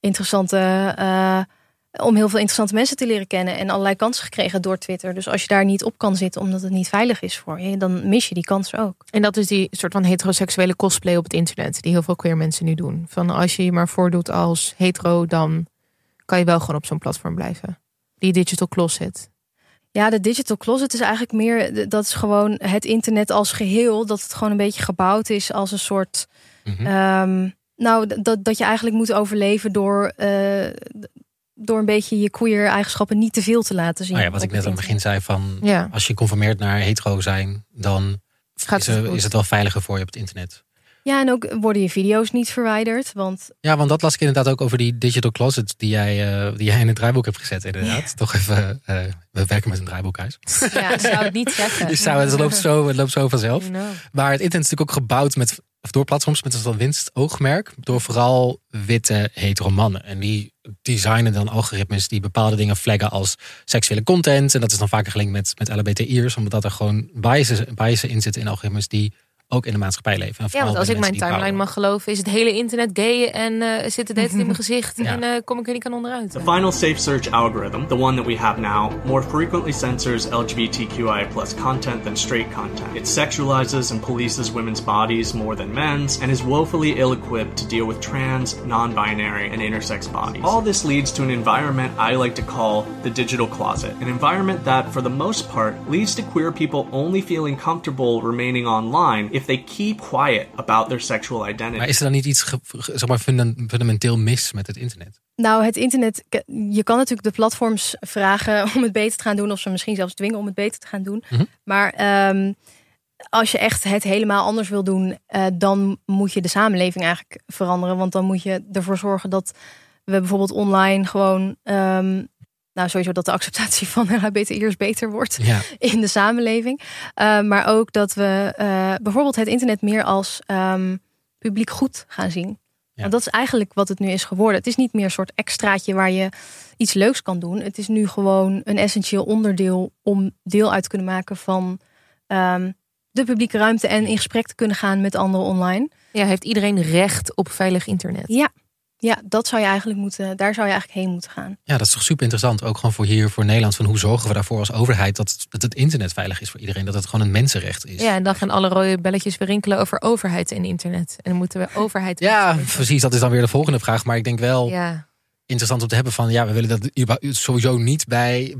om heel veel interessante mensen te leren kennen en allerlei kansen gekregen door Twitter. Dus als je daar niet op kan zitten omdat het niet veilig is voor je, dan mis je die kansen ook. En dat is die soort van heteroseksuele cosplay op het internet die heel veel queer mensen nu doen. Van als je je maar voordoet als hetero, dan kan je wel gewoon op zo'n platform blijven. Die digital closet. Ja, de digital closet is eigenlijk meer, dat is gewoon het internet als geheel, dat het gewoon een beetje gebouwd is als een soort dat je eigenlijk moet overleven door een beetje je queer eigenschappen niet te veel te laten zien. Wat ik net aan het begin zei van als je conformeert naar hetero zijn, dan is het wel veiliger voor je op het internet. Ja, en ook worden je video's niet verwijderd. Want dat las ik inderdaad ook over die digital closet die jij in het draaiboek hebt gezet inderdaad. Ja. Toch even, we werken met een draaiboekhuis. Ja, dat zou ik niet zeggen. Het loopt zo vanzelf. Maar het internet is natuurlijk ook gebouwd door platforms met een winstoogmerk. Door vooral witte hetero mannen. En die designen dan algoritmes die bepaalde dingen flaggen als seksuele content. En dat is dan vaker gelinkt met LHBTI'ers. Omdat er gewoon biasen in zitten in algoritmes die ook in de maatschappij leven. En Ja, vooral want als bij ik mijn mensen die timeline mag geloven, is het hele internet gay en zit het net in mijn gezicht en kom ik er niet aan onderuit. The final safe search algorithm, the one that we have now, more frequently censors LGBTQI+ content than straight content. It sexualizes and polices women's bodies more than men's, and is woefully ill-equipped to deal with trans, non-binary, and intersex bodies. All this leads to an environment I like to call the digital closet, an environment that, for the most part, leads to queer people only feeling comfortable remaining online if they keep quiet about their sexual identity. Maar is er dan niet iets fundamenteel mis met het internet? Nou, het internet, je kan natuurlijk de platforms vragen om het beter te gaan doen, of ze misschien zelfs dwingen om het beter te gaan doen. Mm-hmm. Maar als je echt het helemaal anders wil doen, dan moet je de samenleving eigenlijk veranderen. Want dan moet je ervoor zorgen dat we bijvoorbeeld online gewoon, sowieso dat de acceptatie van LHBTI'ers beter wordt in de samenleving. Maar ook dat we bijvoorbeeld het internet meer als publiek goed gaan zien. Ja. Want dat is eigenlijk wat het nu is geworden. Het is niet meer een soort extraatje waar je iets leuks kan doen. Het is nu gewoon een essentieel onderdeel om deel uit te kunnen maken van de publieke ruimte en in gesprek te kunnen gaan met anderen online. Ja, heeft iedereen recht op veilig internet? Ja, dat zou je eigenlijk daar zou je eigenlijk heen moeten gaan. Ja, dat is toch super interessant. Ook gewoon voor Nederland. Van hoe zorgen we daarvoor als overheid dat het internet veilig is voor iedereen. Dat het gewoon een mensenrecht is. Ja, en dan gaan alle rode belletjes weer rinkelen over overheid en internet. En dan moeten we overheid... Ja, precies. Dat is dan weer de volgende vraag. Maar ik denk wel interessant om te hebben van... we willen dat sowieso niet bij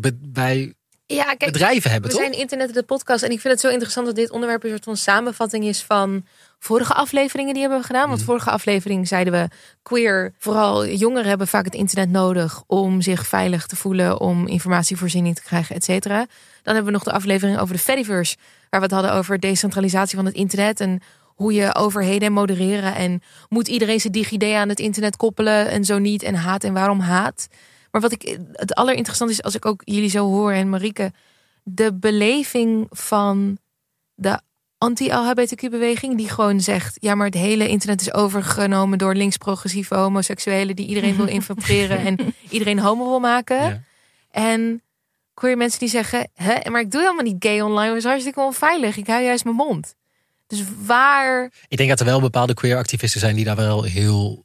bedrijven hebben, toch? We zijn Internet de podcast. En ik vind het zo interessant dat dit onderwerp een soort van samenvatting is van vorige afleveringen die hebben we gedaan. Want vorige aflevering zeiden we queer, vooral jongeren hebben vaak het internet nodig om zich veilig te voelen, om informatievoorziening te krijgen, et cetera. Dan hebben we nog de aflevering over de Fediverse, waar we het hadden over decentralisatie van het internet en hoe je overheden modereren en moet iedereen zijn DigiD aan het internet koppelen en zo niet en haat en waarom haat. Maar wat het allerinteressant is als ik ook jullie zo hoor en Marieke, de beleving van de anti-LHBTQ-beweging die gewoon zegt, ja, maar het hele internet is overgenomen door links-progressieve homoseksuelen die iedereen wil infiltreren en iedereen homo wil maken. Ja. En queer mensen die zeggen, maar ik doe helemaal niet gay online, het is hartstikke onveilig, ik hou juist mijn mond. Dus waar... Ik denk dat er wel bepaalde queer activisten zijn die daar wel heel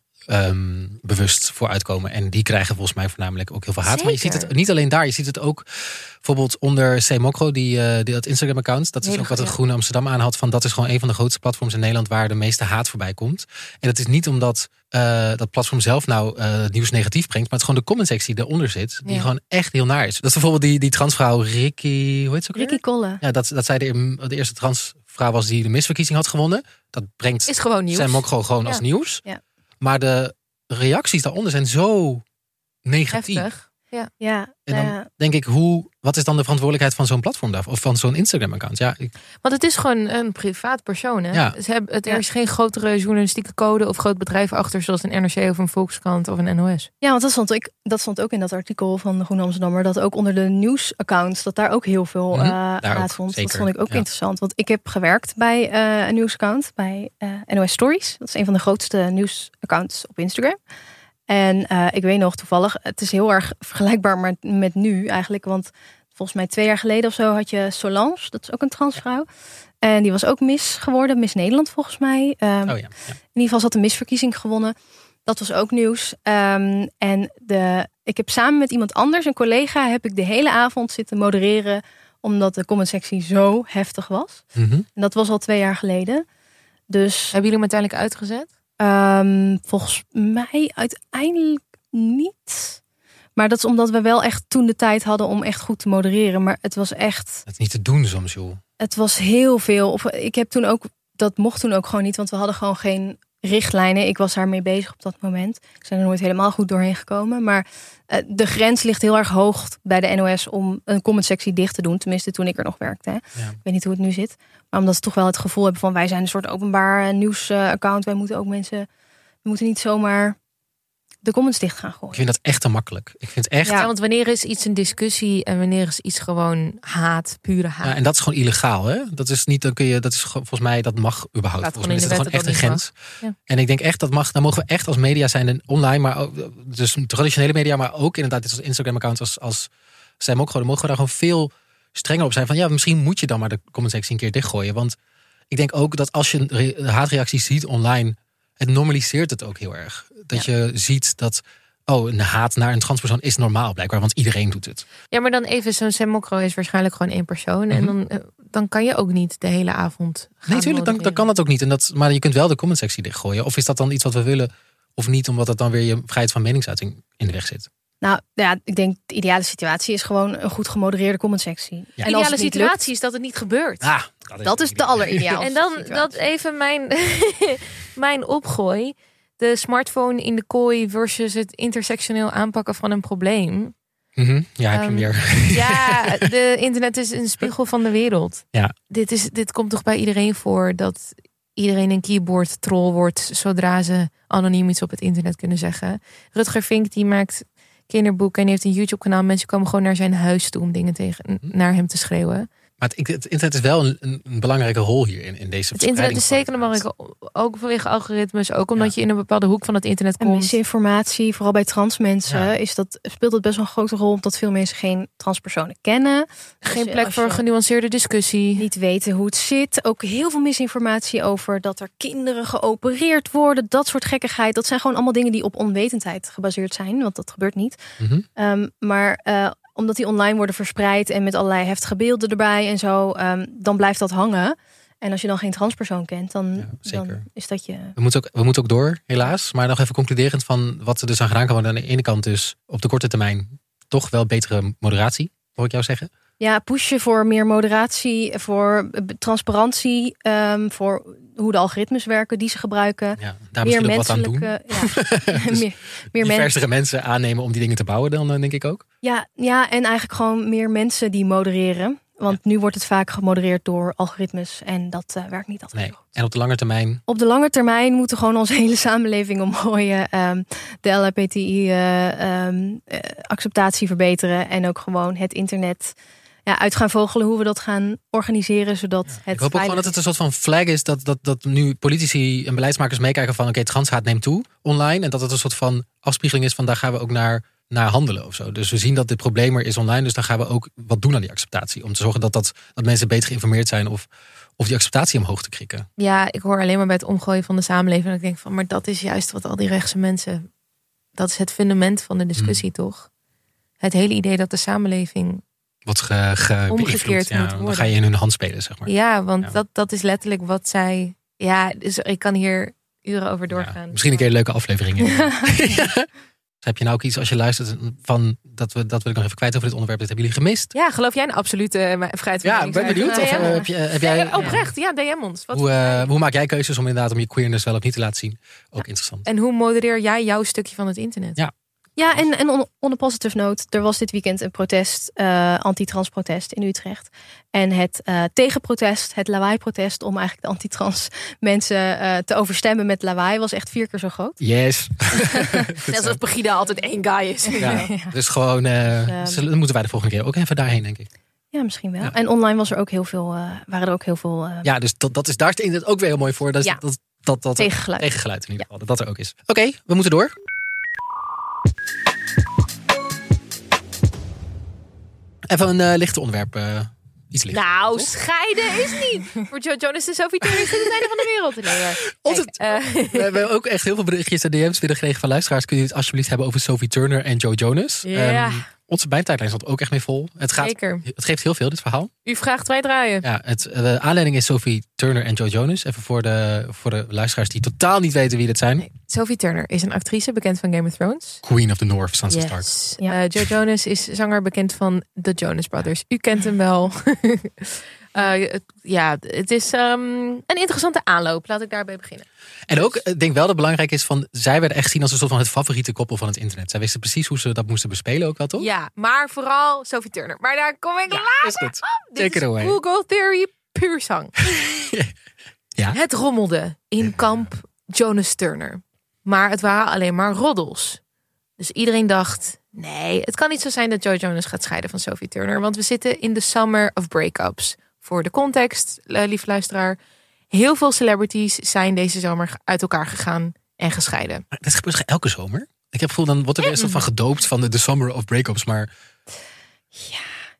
bewust voor uitkomen. En die krijgen volgens mij voornamelijk ook heel veel haat. Zeker. Maar je ziet het niet alleen daar. Je ziet het ook bijvoorbeeld onder Semokro, dat Instagram-account. Dat is ook wat het Groene Amsterdam aanhad. Van dat is gewoon een van de grootste platforms in Nederland waar de meeste haat voorbij komt. En dat is niet omdat dat platform zelf nieuws negatief brengt. Maar het is gewoon de comment-sectie die eronder zit. Die gewoon echt heel naar is. Dat is bijvoorbeeld die transvrouw Ricky... Hoe heet ze ook weer? Ricky Kolle. Ja, dat zij de eerste transvrouw was die de misverkiezing had gewonnen. Dat brengt is gewoon nieuws. Semokro gewoon als nieuws. Ja. Maar de reacties daaronder zijn zo negatief. Heftig. Ja. En dan denk ik, wat is dan de verantwoordelijkheid van zo'n platform daarvoor? Of van zo'n Instagram-account? Ja, want het is gewoon een privaat persoon. Hè? Ja. Er is geen grotere journalistieke code of groot bedrijf achter, zoals een NRC of een Volkskrant of een NOS. Ja, want dat stond ook in dat artikel van de Groene Amsterdammer, dat ook onder de nieuwsaccounts, dat daar ook heel veel plaatsvond. Dat vond ik ook interessant. Want ik heb gewerkt bij een nieuwsaccount, bij NOS Stories. Dat is een van de grootste nieuwsaccounts op Instagram. En ik weet nog toevallig, het is heel erg vergelijkbaar met nu eigenlijk. Want volgens mij 2 jaar geleden of zo had je Solange, dat is ook een transvrouw. En die was ook Miss geworden, Miss Nederland volgens mij. In ieder geval had de misverkiezing gewonnen. Dat was ook nieuws. Ik heb samen met iemand anders, een collega, heb ik de hele avond zitten modereren, omdat de commentsectie zo heftig was. Mm-hmm. En dat was al 2 jaar geleden. Dus hebben jullie hem uiteindelijk uitgezet? Volgens mij uiteindelijk niet. Maar dat is omdat we wel echt toen de tijd hadden om echt goed te modereren. Maar het was echt... Het is niet te doen soms, joh. Het was heel veel. Ik heb toen ook... Dat mocht toen ook gewoon niet, want we hadden gewoon geen richtlijnen. Ik was daarmee bezig op dat moment. Ik ben er nooit helemaal goed doorheen gekomen. Maar de grens ligt heel erg hoog bij de NOS om een commentsectie dicht te doen. Tenminste, toen ik er nog werkte. Hè. Ja. Ik weet niet hoe het nu zit. Maar omdat ze toch wel het gevoel hebben van wij zijn een soort openbaar nieuwsaccount. Wij moeten ook mensen... We moeten niet zomaar de comments dicht gaan gooien. Ik vind dat echt te makkelijk. Ik vind echt... Ja, want wanneer is iets een discussie en wanneer is iets gewoon haat, pure haat. Ja, en dat is gewoon illegaal, hè? Dat is niet, dat is volgens mij, dat mag überhaupt. Volgens mij is dat gewoon echt een grens. Ja. En ik denk echt, dat mag, dan mogen we echt als media zijn en online, maar ook, dus traditionele media, maar ook inderdaad dit als Instagram-account als Sam ook gewoon, dan mogen we daar gewoon veel strenger op zijn. Van ja, misschien moet je dan maar de comment-sectie een keer dichtgooien, want ik denk ook dat als je haatreacties ziet online, het normaliseert het ook heel erg. Dat je ziet dat een haat naar een transpersoon is normaal blijkbaar, want iedereen doet het. Ja, maar dan even, zo'n Sam Mokro is waarschijnlijk gewoon 1 persoon. En dan kan je ook niet de hele avond gaan. Nee, tuurlijk, dan kan dat ook niet. Maar je kunt wel de commentsectie dichtgooien. Of is dat dan iets wat we willen of niet, omdat het dan weer je vrijheid van meningsuiting in de weg zit? Nou ja, ik denk de ideale situatie is gewoon een goed gemodereerde commentsectie. Ja. En De ideale situatie is dat het niet gebeurt. Dat is de allerideaalste En dan situatie. dat even mijn opgooi. De smartphone in de kooi versus het intersectioneel aanpakken van een probleem. Ja, heb je hem weer. Ja, de internet is een spiegel van de wereld. Ja. Dit komt toch bij iedereen voor dat iedereen een keyboard troll wordt zodra ze anoniem iets op het internet kunnen zeggen. Rutger Vink die maakt kinderboeken en die heeft een YouTube kanaal. Mensen komen gewoon naar zijn huis toe om dingen naar hem te schreeuwen. Maar het internet is wel een belangrijke rol hier in deze. Het internet is zeker een belangrijke, ook vanwege algoritmes, ook omdat je in een bepaalde hoek van het internet komt. En misinformatie, vooral bij trans mensen, speelt het best wel een grote rol, omdat veel mensen geen transpersonen kennen. Geen plek voor een genuanceerde discussie. Niet weten hoe het zit. Ook heel veel misinformatie over dat er kinderen geopereerd worden. Dat soort gekkigheid. Dat zijn gewoon allemaal dingen die op onwetendheid gebaseerd zijn, want dat gebeurt niet. Omdat die online worden verspreid en met allerlei heftige beelden erbij en zo, dan blijft dat hangen. En als je dan geen transpersoon kent, dan is dat je... We moeten ook door, helaas. Maar nog even concluderend van wat er dus aan gedaan kan worden. Aan de ene kant dus op de korte termijn toch wel betere moderatie, hoor ik jou zeggen. Ja, pushen voor meer moderatie, voor transparantie, voor hoe de algoritmes werken die ze gebruiken. Ja, daar misschien ook wat aan doen. Dus meer diversere mensen aannemen om die dingen te bouwen dan, denk ik ook. Ja, en eigenlijk gewoon meer mensen die modereren. Want nu wordt het vaak gemodereerd door algoritmes en dat werkt niet altijd goed. En op de lange termijn? Op de lange termijn moeten gewoon onze hele samenleving omgooien. De LHBTI-acceptatie verbeteren en ook gewoon het internet uit gaan vogelen hoe we dat gaan organiseren, zodat het. Ik hoop ook gewoon dat het een soort van flag is dat nu politici en beleidsmakers meekijken van transhaat neemt toe online en dat het een soort van afspiegeling is van daar gaan we ook naar handelen of zo. Dus we zien dat dit probleem er is online, dus dan gaan we ook wat doen aan die acceptatie. Om te zorgen dat mensen beter geïnformeerd zijn of die acceptatie omhoog te krikken. Ja, ik hoor alleen maar bij het omgooien van de samenleving en ik denk van, maar dat is juist wat al die rechtse mensen, dat is het fundament van de discussie, toch? Het hele idee dat de samenleving wat omgekeerd moet worden. Dan ga je in hun hand spelen, zeg maar. Ja, want dat is letterlijk wat zij... Ja, dus ik kan hier uren over doorgaan. Misschien een keer een leuke aflevering. Heb je nou ook iets als je luistert van dat wil ik nog even kwijt over dit onderwerp. Dit hebben jullie gemist? Ja, geloof jij een absolute vrijheid van ik ben benieuwd. Of, heb jij, oprecht, DM ons. Hoe maak jij keuzes om inderdaad om je queerness wel of niet te laten zien? Ook interessant. En hoe modereer jij jouw stukje van het internet? Ja, en on a positive note, er was dit weekend een protest, anti-trans protest in Utrecht. En het tegenprotest, het lawaai-protest om eigenlijk de anti-trans mensen te overstemmen met lawaai was echt 4 keer zo groot. Yes. Net alsof Pegida altijd 1 guy is. Dus gewoon, dan moeten wij de volgende keer ook even daarheen, denk ik. Ja, misschien wel. Ja. En online was er ook heel veel, waren er ook heel veel... Ja, dus daar is het ook weer heel mooi voor. Dat tegengeluid in ieder geval, dat er ook is. Oké, we moeten door. Even een lichte onderwerp. Iets lichter. Nou, toch? Scheiden is niet. Voor Joe Jonas en Sophie Turner is het einde van de wereld. We hebben ook echt heel veel berichtjes en DM's binnengekregen van luisteraars. Kun je het alsjeblieft hebben over Sophie Turner en Joe Jonas? Ja. Onze bijtijdlijn stond ook echt mee vol. Zeker. Het geeft heel veel, dit verhaal. U vraagt, wij draaien. Ja, de aanleiding is Sophie Turner en Joe Jonas. Even voor de luisteraars die totaal niet weten wie dit zijn. Nee. Sophie Turner is een actrice bekend van Game of Thrones. Queen of the North, Sansa Stark. Ja. Joe Jonas is zanger bekend van The Jonas Brothers. U kent hem wel. Het is een interessante aanloop. Laat ik daarbij beginnen. En ook, ik denk wel dat het belangrijk is van, zij werden echt gezien als een soort van het favoriete koppel van het internet. Zij wisten precies hoe ze dat moesten bespelen ook wel, toch? Ja, maar vooral Sophie Turner. Maar daar kom ik later op. Take it away. Google Theory puur zang. Ja? Het rommelde in kamp Jonas Turner. Maar het waren alleen maar roddels. Dus iedereen dacht, nee, het kan niet zo zijn dat Joe Jonas gaat scheiden van Sophie Turner. Want we zitten in de summer of breakups. Voor de context, lieve luisteraar. Heel veel celebrities zijn deze zomer uit elkaar gegaan en gescheiden. Maar dat gebeurt elke zomer? Ik heb het gevoel, dan wordt er weer een soort van gedoopt van de summer of breakups. Maar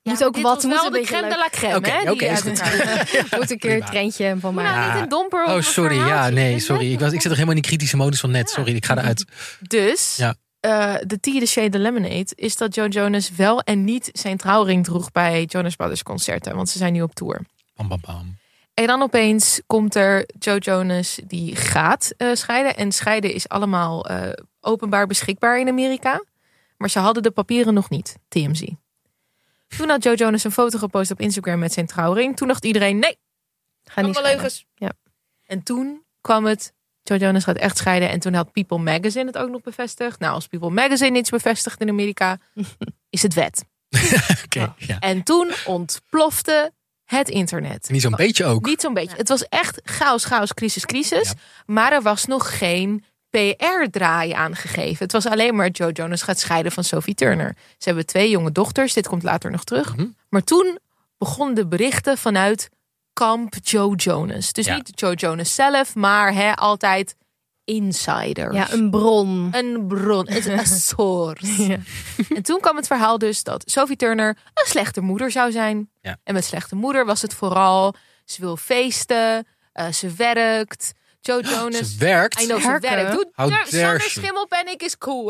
Moet ook wat, moet wel een de beetje crème de leuk. la crème, Oké, hè? is Die goed. uit Moet een keer een trendje van mij. Nou, niet een domper. Oh, sorry. Ja, nee, sorry. Ik zit nog helemaal in die kritische modus van net. Sorry, ik ga eruit. Dus, Ja. de tea, the shade, the lemonade... is dat Joe Jonas wel en niet zijn trouwring droeg... bij Jonas Brothers concerten. Want ze zijn nu op tour. Bam, bam, bam. En dan opeens komt er Joe Jonas die gaat scheiden. En scheiden is allemaal openbaar beschikbaar in Amerika. Maar ze hadden de papieren nog niet, TMZ. Toen had Joe Jonas een foto gepost op Instagram met zijn trouwring. Toen dacht iedereen, nee, Ga niet allemaal scheiden. leugens. Ja. En toen kwam het, Joe Jonas gaat echt scheiden. En toen had People Magazine het ook nog bevestigd. Nou, als People Magazine iets bevestigt in Amerika, is het wet. Oké, ja. En toen ontplofte het internet. Niet zo'n beetje ook. Niet zo'n beetje. Het was echt chaos, crisis. Ja. Maar er was nog geen PR-draai aangegeven. Het was alleen maar Joe Jonas gaat scheiden van Sophie Turner. Ze hebben 2 jonge dochters. Dit komt later nog terug. Maar toen begonnen de berichten vanuit kamp Joe Jonas. Dus Ja. niet Joe Jonas zelf, maar altijd insiders. Ja, een bron. Een bron, een source. Ja. En toen kwam het verhaal dus dat Sophie Turner een slechte moeder zou zijn. Ja. En met slechte moeder was het vooral, ze wil feesten, ze werkt. Joe Jonas... Ze werkt. I know, ze Werken? werkt. Doe How dare Sander she. Schimmelpenninck is cool.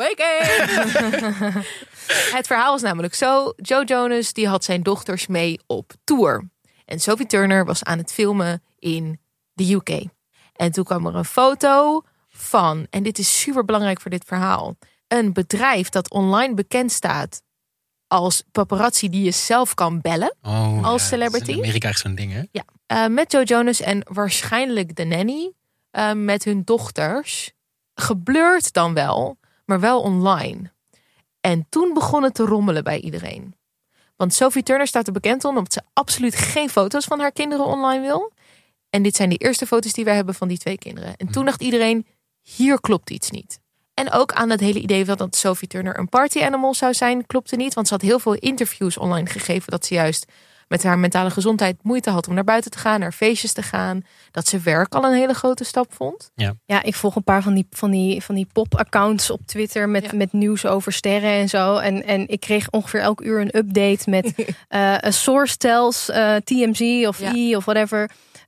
Het verhaal was namelijk zo. Joe Jonas die had zijn dochters mee op tour. En Sophie Turner was aan het filmen in de UK. En toen kwam er een foto van, en dit is super belangrijk voor dit verhaal, een bedrijf dat online bekend staat als paparazzi die je zelf kan bellen. Oh, Als ja, celebrity? dat is in Amerika echt zo'n ding, hè? Ja, met Joe Jonas en waarschijnlijk de nanny met hun dochters. Geblurred dan wel, maar wel online. En toen begon het te rommelen bij iedereen. Want Sophie Turner staat er bekend om omdat ze absoluut geen foto's van haar kinderen online wil. En dit zijn de eerste foto's die wij hebben van die 2 kinderen. En toen dacht iedereen, hier klopt iets niet. En ook aan het hele idee van dat Sophie Turner een party animal zou zijn, klopte niet. Want ze had heel veel interviews online gegeven dat ze juist met haar mentale gezondheid moeite had om naar buiten te gaan, naar feestjes te gaan. Dat ze werk al een hele grote stap vond. Ja, ik volg een paar van die pop-accounts op Twitter met nieuws over sterren en zo. En ik kreeg ongeveer elk uur een update met source tells, TMZ of E of whatever.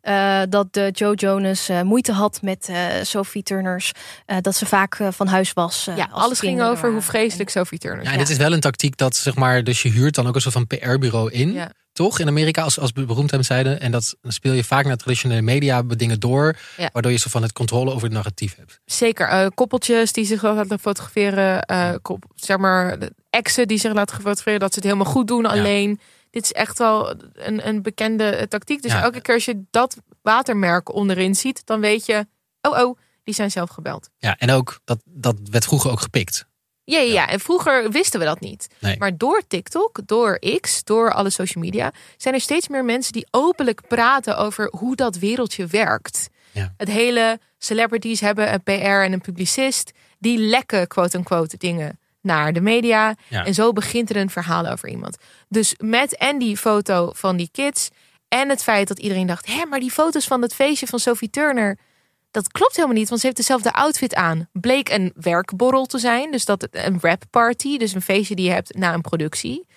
Dat Joe Jonas moeite had met Sophie Turner's. Dat ze vaak van huis was. Ja, als alles ging kinderen over hoe waren. vreselijk Sophie Turner is. Ja, en dit is wel een tactiek dat, zeg maar, dus je huurt dan ook een soort van PR-bureau in. Ja. Toch? In Amerika als beroemdheidszeiden. En dat dan speel je vaak naar traditionele media dingen door. Ja. Waardoor je zo van het controle over het narratief hebt. Zeker, koppeltjes die zich laten fotograferen. Zeg maar, exen die zich laten fotograferen. Dat ze het helemaal goed doen alleen. Dit is echt wel een bekende tactiek. Dus elke keer als je dat watermerk onderin ziet, dan weet je, oh, die zijn zelf gebeld. Ja, en ook, dat werd vroeger ook gepikt. Ja, en vroeger wisten we dat niet. Nee. Maar door TikTok, door X, door alle social media, zijn er steeds meer mensen die openlijk praten over hoe dat wereldje werkt. Ja. Het hele celebrities hebben een PR en een publicist, die lekken quote-unquote dingen naar de media. Ja. En zo begint er een verhaal over iemand. Dus met en die foto van die kids en het feit dat iedereen dacht, maar die foto's van het feestje van Sophie Turner, dat klopt helemaal niet, want ze heeft dezelfde outfit aan. Bleek een werkborrel te zijn, dus dat een rap party, dus een feestje die je hebt na een productie.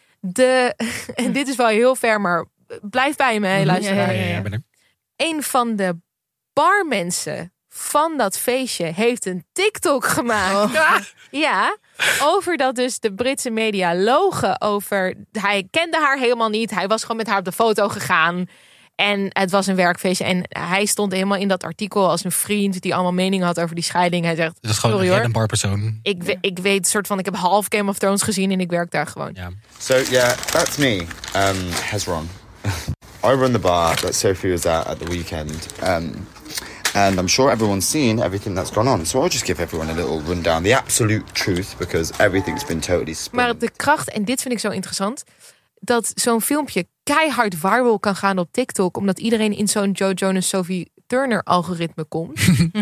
En dit is wel heel ver, maar blijf bij me, luisteraar. Ja, ben er. Een van de barmensen van dat feestje heeft een TikTok gemaakt. Ja, over dat dus de Britse media logen over. Hij kende haar helemaal niet. Hij was gewoon met haar op de foto gegaan. En het was een werkfeestje. En hij stond helemaal in dat artikel als een vriend die allemaal meningen had over die scheiding. Hij zegt, Dat is gewoon sorry een hoor. random persoon. Ik weet soort van, ik heb half Game of Thrones gezien en ik werk daar gewoon. Ja. So yeah, that's me, Hezron. I run the bar that Sophie was at the weekend, and I'm sure everyone's seen everything that's gone on. So I'll just give everyone a little rundown, the absolute truth, because everything's been totally spun. Maar de kracht, en dit vind ik zo interessant, dat zo'n filmpje keihard viral kan gaan op TikTok, omdat iedereen in zo'n Joe Jonas Sophie Turner algoritme komt. Ja.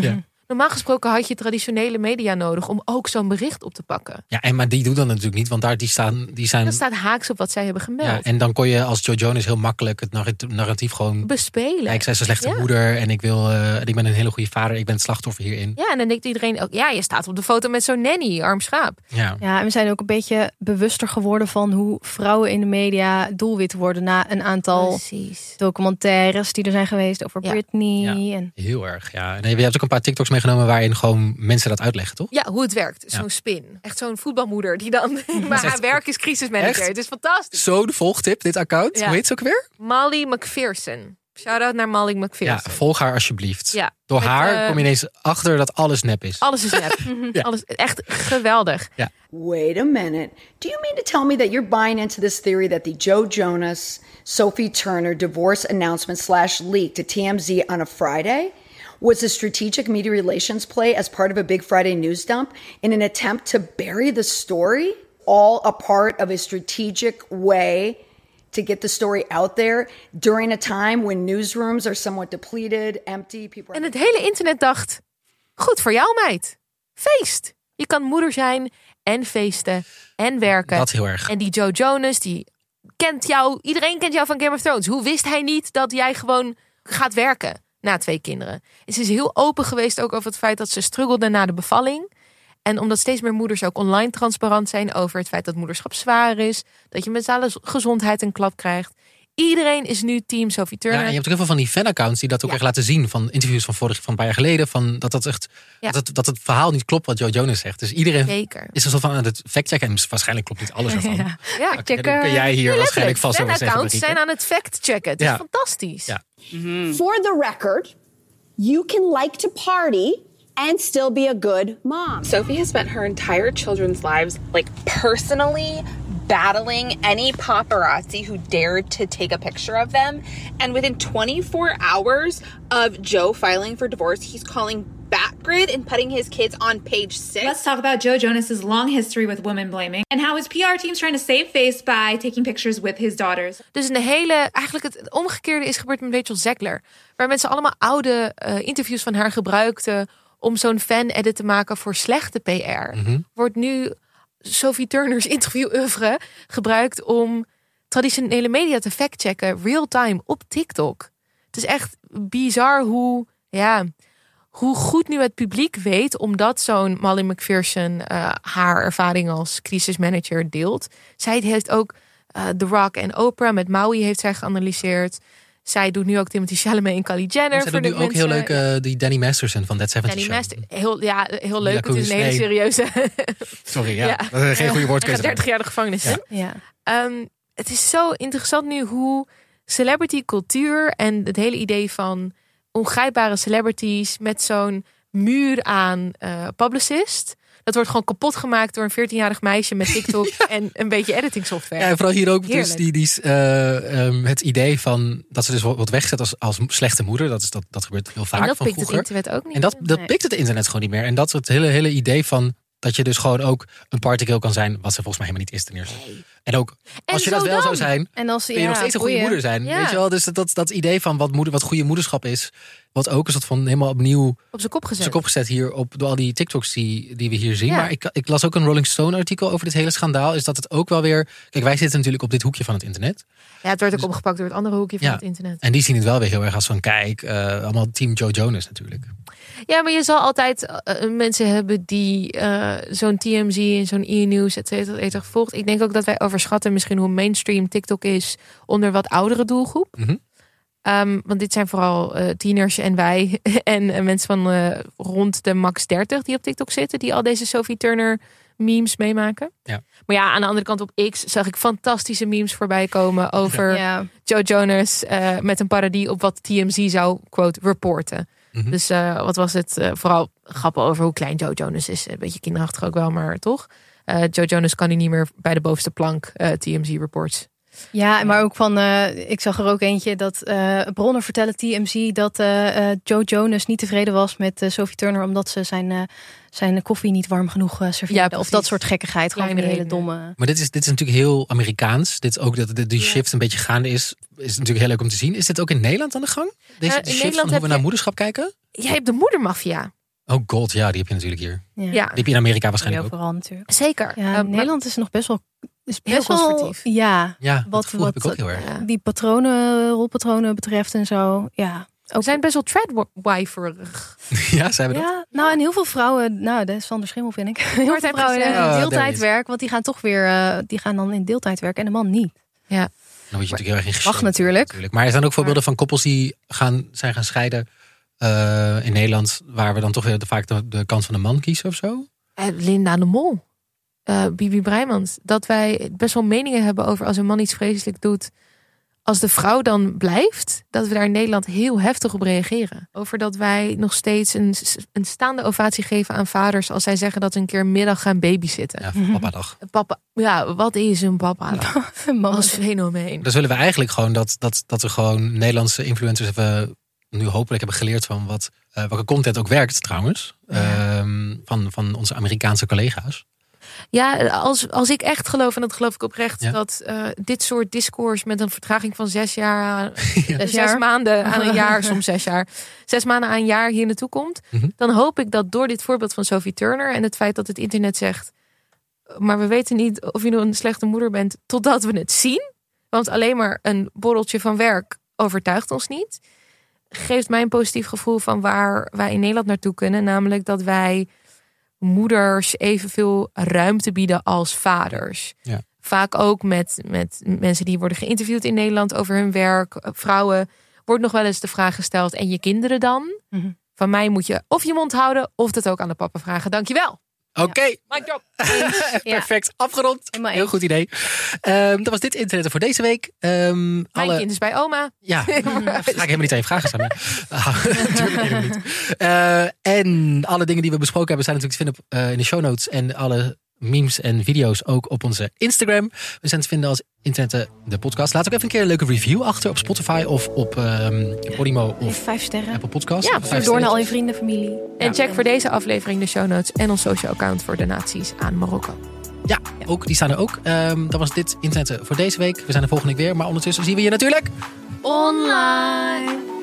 Normaal gesproken had je traditionele media nodig om ook zo'n bericht op te pakken. Ja, maar die doet dat natuurlijk niet, want die zijn... Dat staat haaks op wat zij hebben gemeld. Ja, en dan kon je als Joe Jonas heel makkelijk het narratief gewoon bespelen. Kijk, zij is een slechte moeder en ik ben een hele goede vader. Ik ben het slachtoffer hierin. Ja, en dan denkt iedereen ook, je staat op de foto met zo'n nanny, arm schaap. Ja, en we zijn ook een beetje bewuster geworden van hoe vrouwen in de media doelwit worden na een aantal documentaires die er zijn geweest over Britney. Ja, en... heel erg, ja. En je hebt ook een paar TikToks meegenomen waarin gewoon mensen dat uitleggen, toch? Ja, hoe het werkt. Zo'n spin. Echt zo'n voetbalmoeder die dan... maar haar werk is crisismanager. Het is fantastisch. Zo de volgtip, dit account. Hoe heet ze ook weer? Molly McPherson. Shout-out naar Molly McPherson. Ja, volg haar alsjeblieft. Ja, door haar kom je ineens achter dat alles nep is. Alles is nep. Alles, echt geweldig. Ja. Wait a minute. Do you mean to tell me that you're buying into this theory that the Joe Jonas, Sophie Turner divorce announcement /leak to TMZ on a Friday was a strategic media relations play as part of a big Friday news dump in an attempt to bury the story? All a part of a strategic way to get the story out there during a time when newsrooms are somewhat depleted, empty. En het hele internet dacht, goed voor jou meid. Feest. Je kan moeder zijn en feesten en werken. Dat heel erg. En die Joe Jonas, die kent jou. Iedereen kent jou van Game of Thrones. Hoe wist hij niet dat jij gewoon gaat werken na 2 kinderen? En ze is heel open geweest ook over het feit dat ze struggelde na de bevalling. En omdat steeds meer moeders ook online transparant zijn over het feit dat moederschap zwaar is. Dat je mentale gezondheid een klap krijgt. Iedereen is nu team Sophie Turner. Ja, en je hebt ook heel veel van die fanaccounts die dat ook echt laten zien. Van interviews van een paar jaar geleden. Van dat het verhaal niet klopt wat Joe Jonas zegt. Dus iedereen is een soort van aan het factchecken. En waarschijnlijk klopt niet alles ervan. Ja, kun jij hier waarschijnlijk vast over zeggen. Fanaccounts zijn aan het factchecken. Het is fantastisch. Ja. For the record, you can like to party and still be a good mom. Sophie has spent her entire children's lives personally battling any paparazzi who dared to take a picture of them. And within 24 hours of Joe filing for divorce, he's calling Batgrid and putting his kids on page 6. Let's talk about Joe Jonas's long history with women blaming and how his PR team's trying to save face by taking pictures with his daughters. Dus eigenlijk het omgekeerde is gebeurd met Rachel Zegler. Waar mensen allemaal oude interviews van haar gebruikten om zo'n fan-edit te maken voor slechte PR. Wordt nu Sophie Turner's interview-oeuvre gebruikt om traditionele media te factchecken real-time op TikTok. Het is echt bizar hoe goed nu het publiek weet, omdat zo'n Molly McPherson haar ervaring als crisismanager deelt. Zij heeft ook The Rock en Oprah met Maui heeft zij geanalyseerd. Zij doet nu ook Timothy Chalamet en Kylie Jenner. Zij doet nu ook heel leuk die Danny Masterson van That 70 Show. Heel leuk. Het is een hele serieuze... Sorry, dat is geen goede woordkeuze. 30 jaar de gevangenis. Ja. Het is zo interessant nu hoe celebrity cultuur en het hele idee van ongrijpbare celebrities met zo'n muur aan publicist. Dat wordt gewoon kapot gemaakt door een 14-jarig meisje met TikTok en een beetje editing software. Ja, en vooral hier ook dus het idee van dat ze dus wat wegzet als slechte moeder. Dat gebeurt heel vaak. En dat van pikt vroeger. Het internet ook niet. En dat pikt het internet gewoon niet meer. En dat is het hele idee van dat je dus gewoon ook een partygirl kan zijn, wat ze volgens mij helemaal niet is ten eerste. En ook als je dat wel zou zijn, kun je nog steeds een goede moeder zijn. Ja. Weet je wel? Dus dat idee van wat goede moederschap is, wat ook een soort van helemaal opnieuw op zijn kop gezet hier door al die TikToks die we hier zien. Ja. Maar ik las ook een Rolling Stone artikel over dit hele schandaal. Is dat het ook wel weer... Kijk, wij zitten natuurlijk op dit hoekje van het internet. Ja, het werd ook opgepakt door het andere hoekje van het internet. En die zien het wel weer heel erg als van kijk, allemaal team Joe Jonas natuurlijk. Ja, maar je zal altijd mensen hebben die zo'n TMZ en zo'n e-news et cetera volgt. Ik denk ook dat wij overschatten misschien hoe mainstream TikTok is onder wat oudere doelgroep. Want dit zijn vooral tieners en wij en mensen van rond de max 30 die op TikTok zitten, die al deze Sophie Turner memes meemaken. Ja. Maar ja, aan de andere kant op X zag ik fantastische memes voorbij komen over Joe Jonas met een parodie op wat TMZ zou, quote, reporten. Dus wat was het? Vooral grappen over hoe klein Joe Jonas is. Een beetje kinderachtig ook wel, maar toch? Joe Jonas kan nu niet meer bij de bovenste plank TMZ reports. Ja, maar ook van, ik zag er ook eentje dat bronnen vertellen TMZ dat Joe Jonas niet tevreden was met Sophie Turner omdat ze zijn koffie niet warm genoeg serveerde. Ja, of dat soort gekkigheid. Gewoon een hele domme. Maar dit is natuurlijk heel Amerikaans. Dit is ook dat die shift een beetje gaande is natuurlijk heel leuk om te zien. Is dit ook in Nederland aan de gang? Deze shift van hoe we naar moederschap kijken? Jij hebt de moedermafia. Oh god, ja, die heb je natuurlijk hier. Ja. Die heb je in Amerika waarschijnlijk ook. Overal natuurlijk. Zeker. Ja, Nederland is nog best wel... heel conservatief. Ja, dat gevoel heb ik ook heel erg. Die rolpatronen betreft en zo. Ja. We zijn best wel tradwiferig. Ja, zijn we dat? Ja, nou en heel veel vrouwen, dat is Sander Schimmel vind ik. Heel veel vrouwen in deeltijdwerk, want die gaan toch weer, die gaan dan in deeltijd werken en de man niet. Ja. Dan word je natuurlijk heel erg in Mag natuurlijk. Maar er zijn ook voorbeelden van koppels die zijn gaan scheiden in Nederland, waar we dan toch weer vaak de kant van de man kiezen of zo. Linda de Mol, Bibi Breijmans, dat wij best wel meningen hebben over als een man iets vreselijk doet. Als de vrouw dan blijft, dat we daar in Nederland heel heftig op reageren. Over dat wij nog steeds een staande ovatie geven aan vaders als zij zeggen dat ze een keer een middag gaan babysitten. Ja, voor papadag. Ja, wat is een papadag? Als fenomeen. Dus willen we eigenlijk gewoon dat er gewoon Nederlandse influencers even nu hopelijk hebben geleerd van welke content ook werkt trouwens. Van onze Amerikaanse collega's. Ja, als ik echt geloof, en dat geloof ik oprecht, dat dit soort discours met een vertraging van 6 jaar, 6 maanden aan een jaar, soms 6 jaar, 6 maanden aan een jaar hier naartoe komt, dan hoop ik dat door dit voorbeeld van Sophie Turner en het feit dat het internet zegt, maar we weten niet of je nog een slechte moeder bent, totdat we het zien. Want alleen maar een borreltje van werk overtuigt ons niet. Geeft mij een positief gevoel van waar wij in Nederland naartoe kunnen, namelijk dat wij moeders evenveel ruimte bieden als vaders. Ja. Vaak ook met mensen die worden geïnterviewd in Nederland over hun werk. Vrouwen wordt nog wel eens de vraag gesteld, en je kinderen dan? Van mij moet je of je mond houden of dat ook aan de papa vragen. Dankjewel. Oké. Mic drop. Perfect. Afgerond. Heel goed idee. Dat was dit internet voor deze week. Mijn kind is bij oma. Ja, daar ga ik helemaal niet aan je vragen staan. Natuurlijk helemaal niet. En alle dingen die we besproken hebben zijn natuurlijk te vinden in de show notes. En alle memes en video's ook op onze Instagram. We zijn te vinden als Internet de podcast. Laat ook even een keer een leuke review achter op Spotify of op Podimo of 5 sterren. Apple Podcast. Ja, door naar al je vrienden, familie. En check voor deze aflevering de show notes en ons social account voor donaties aan Marokko. Ja, ook, die staan er ook. Dat was dit internet voor deze week. We zijn er volgende week weer. Maar ondertussen zien we je natuurlijk online.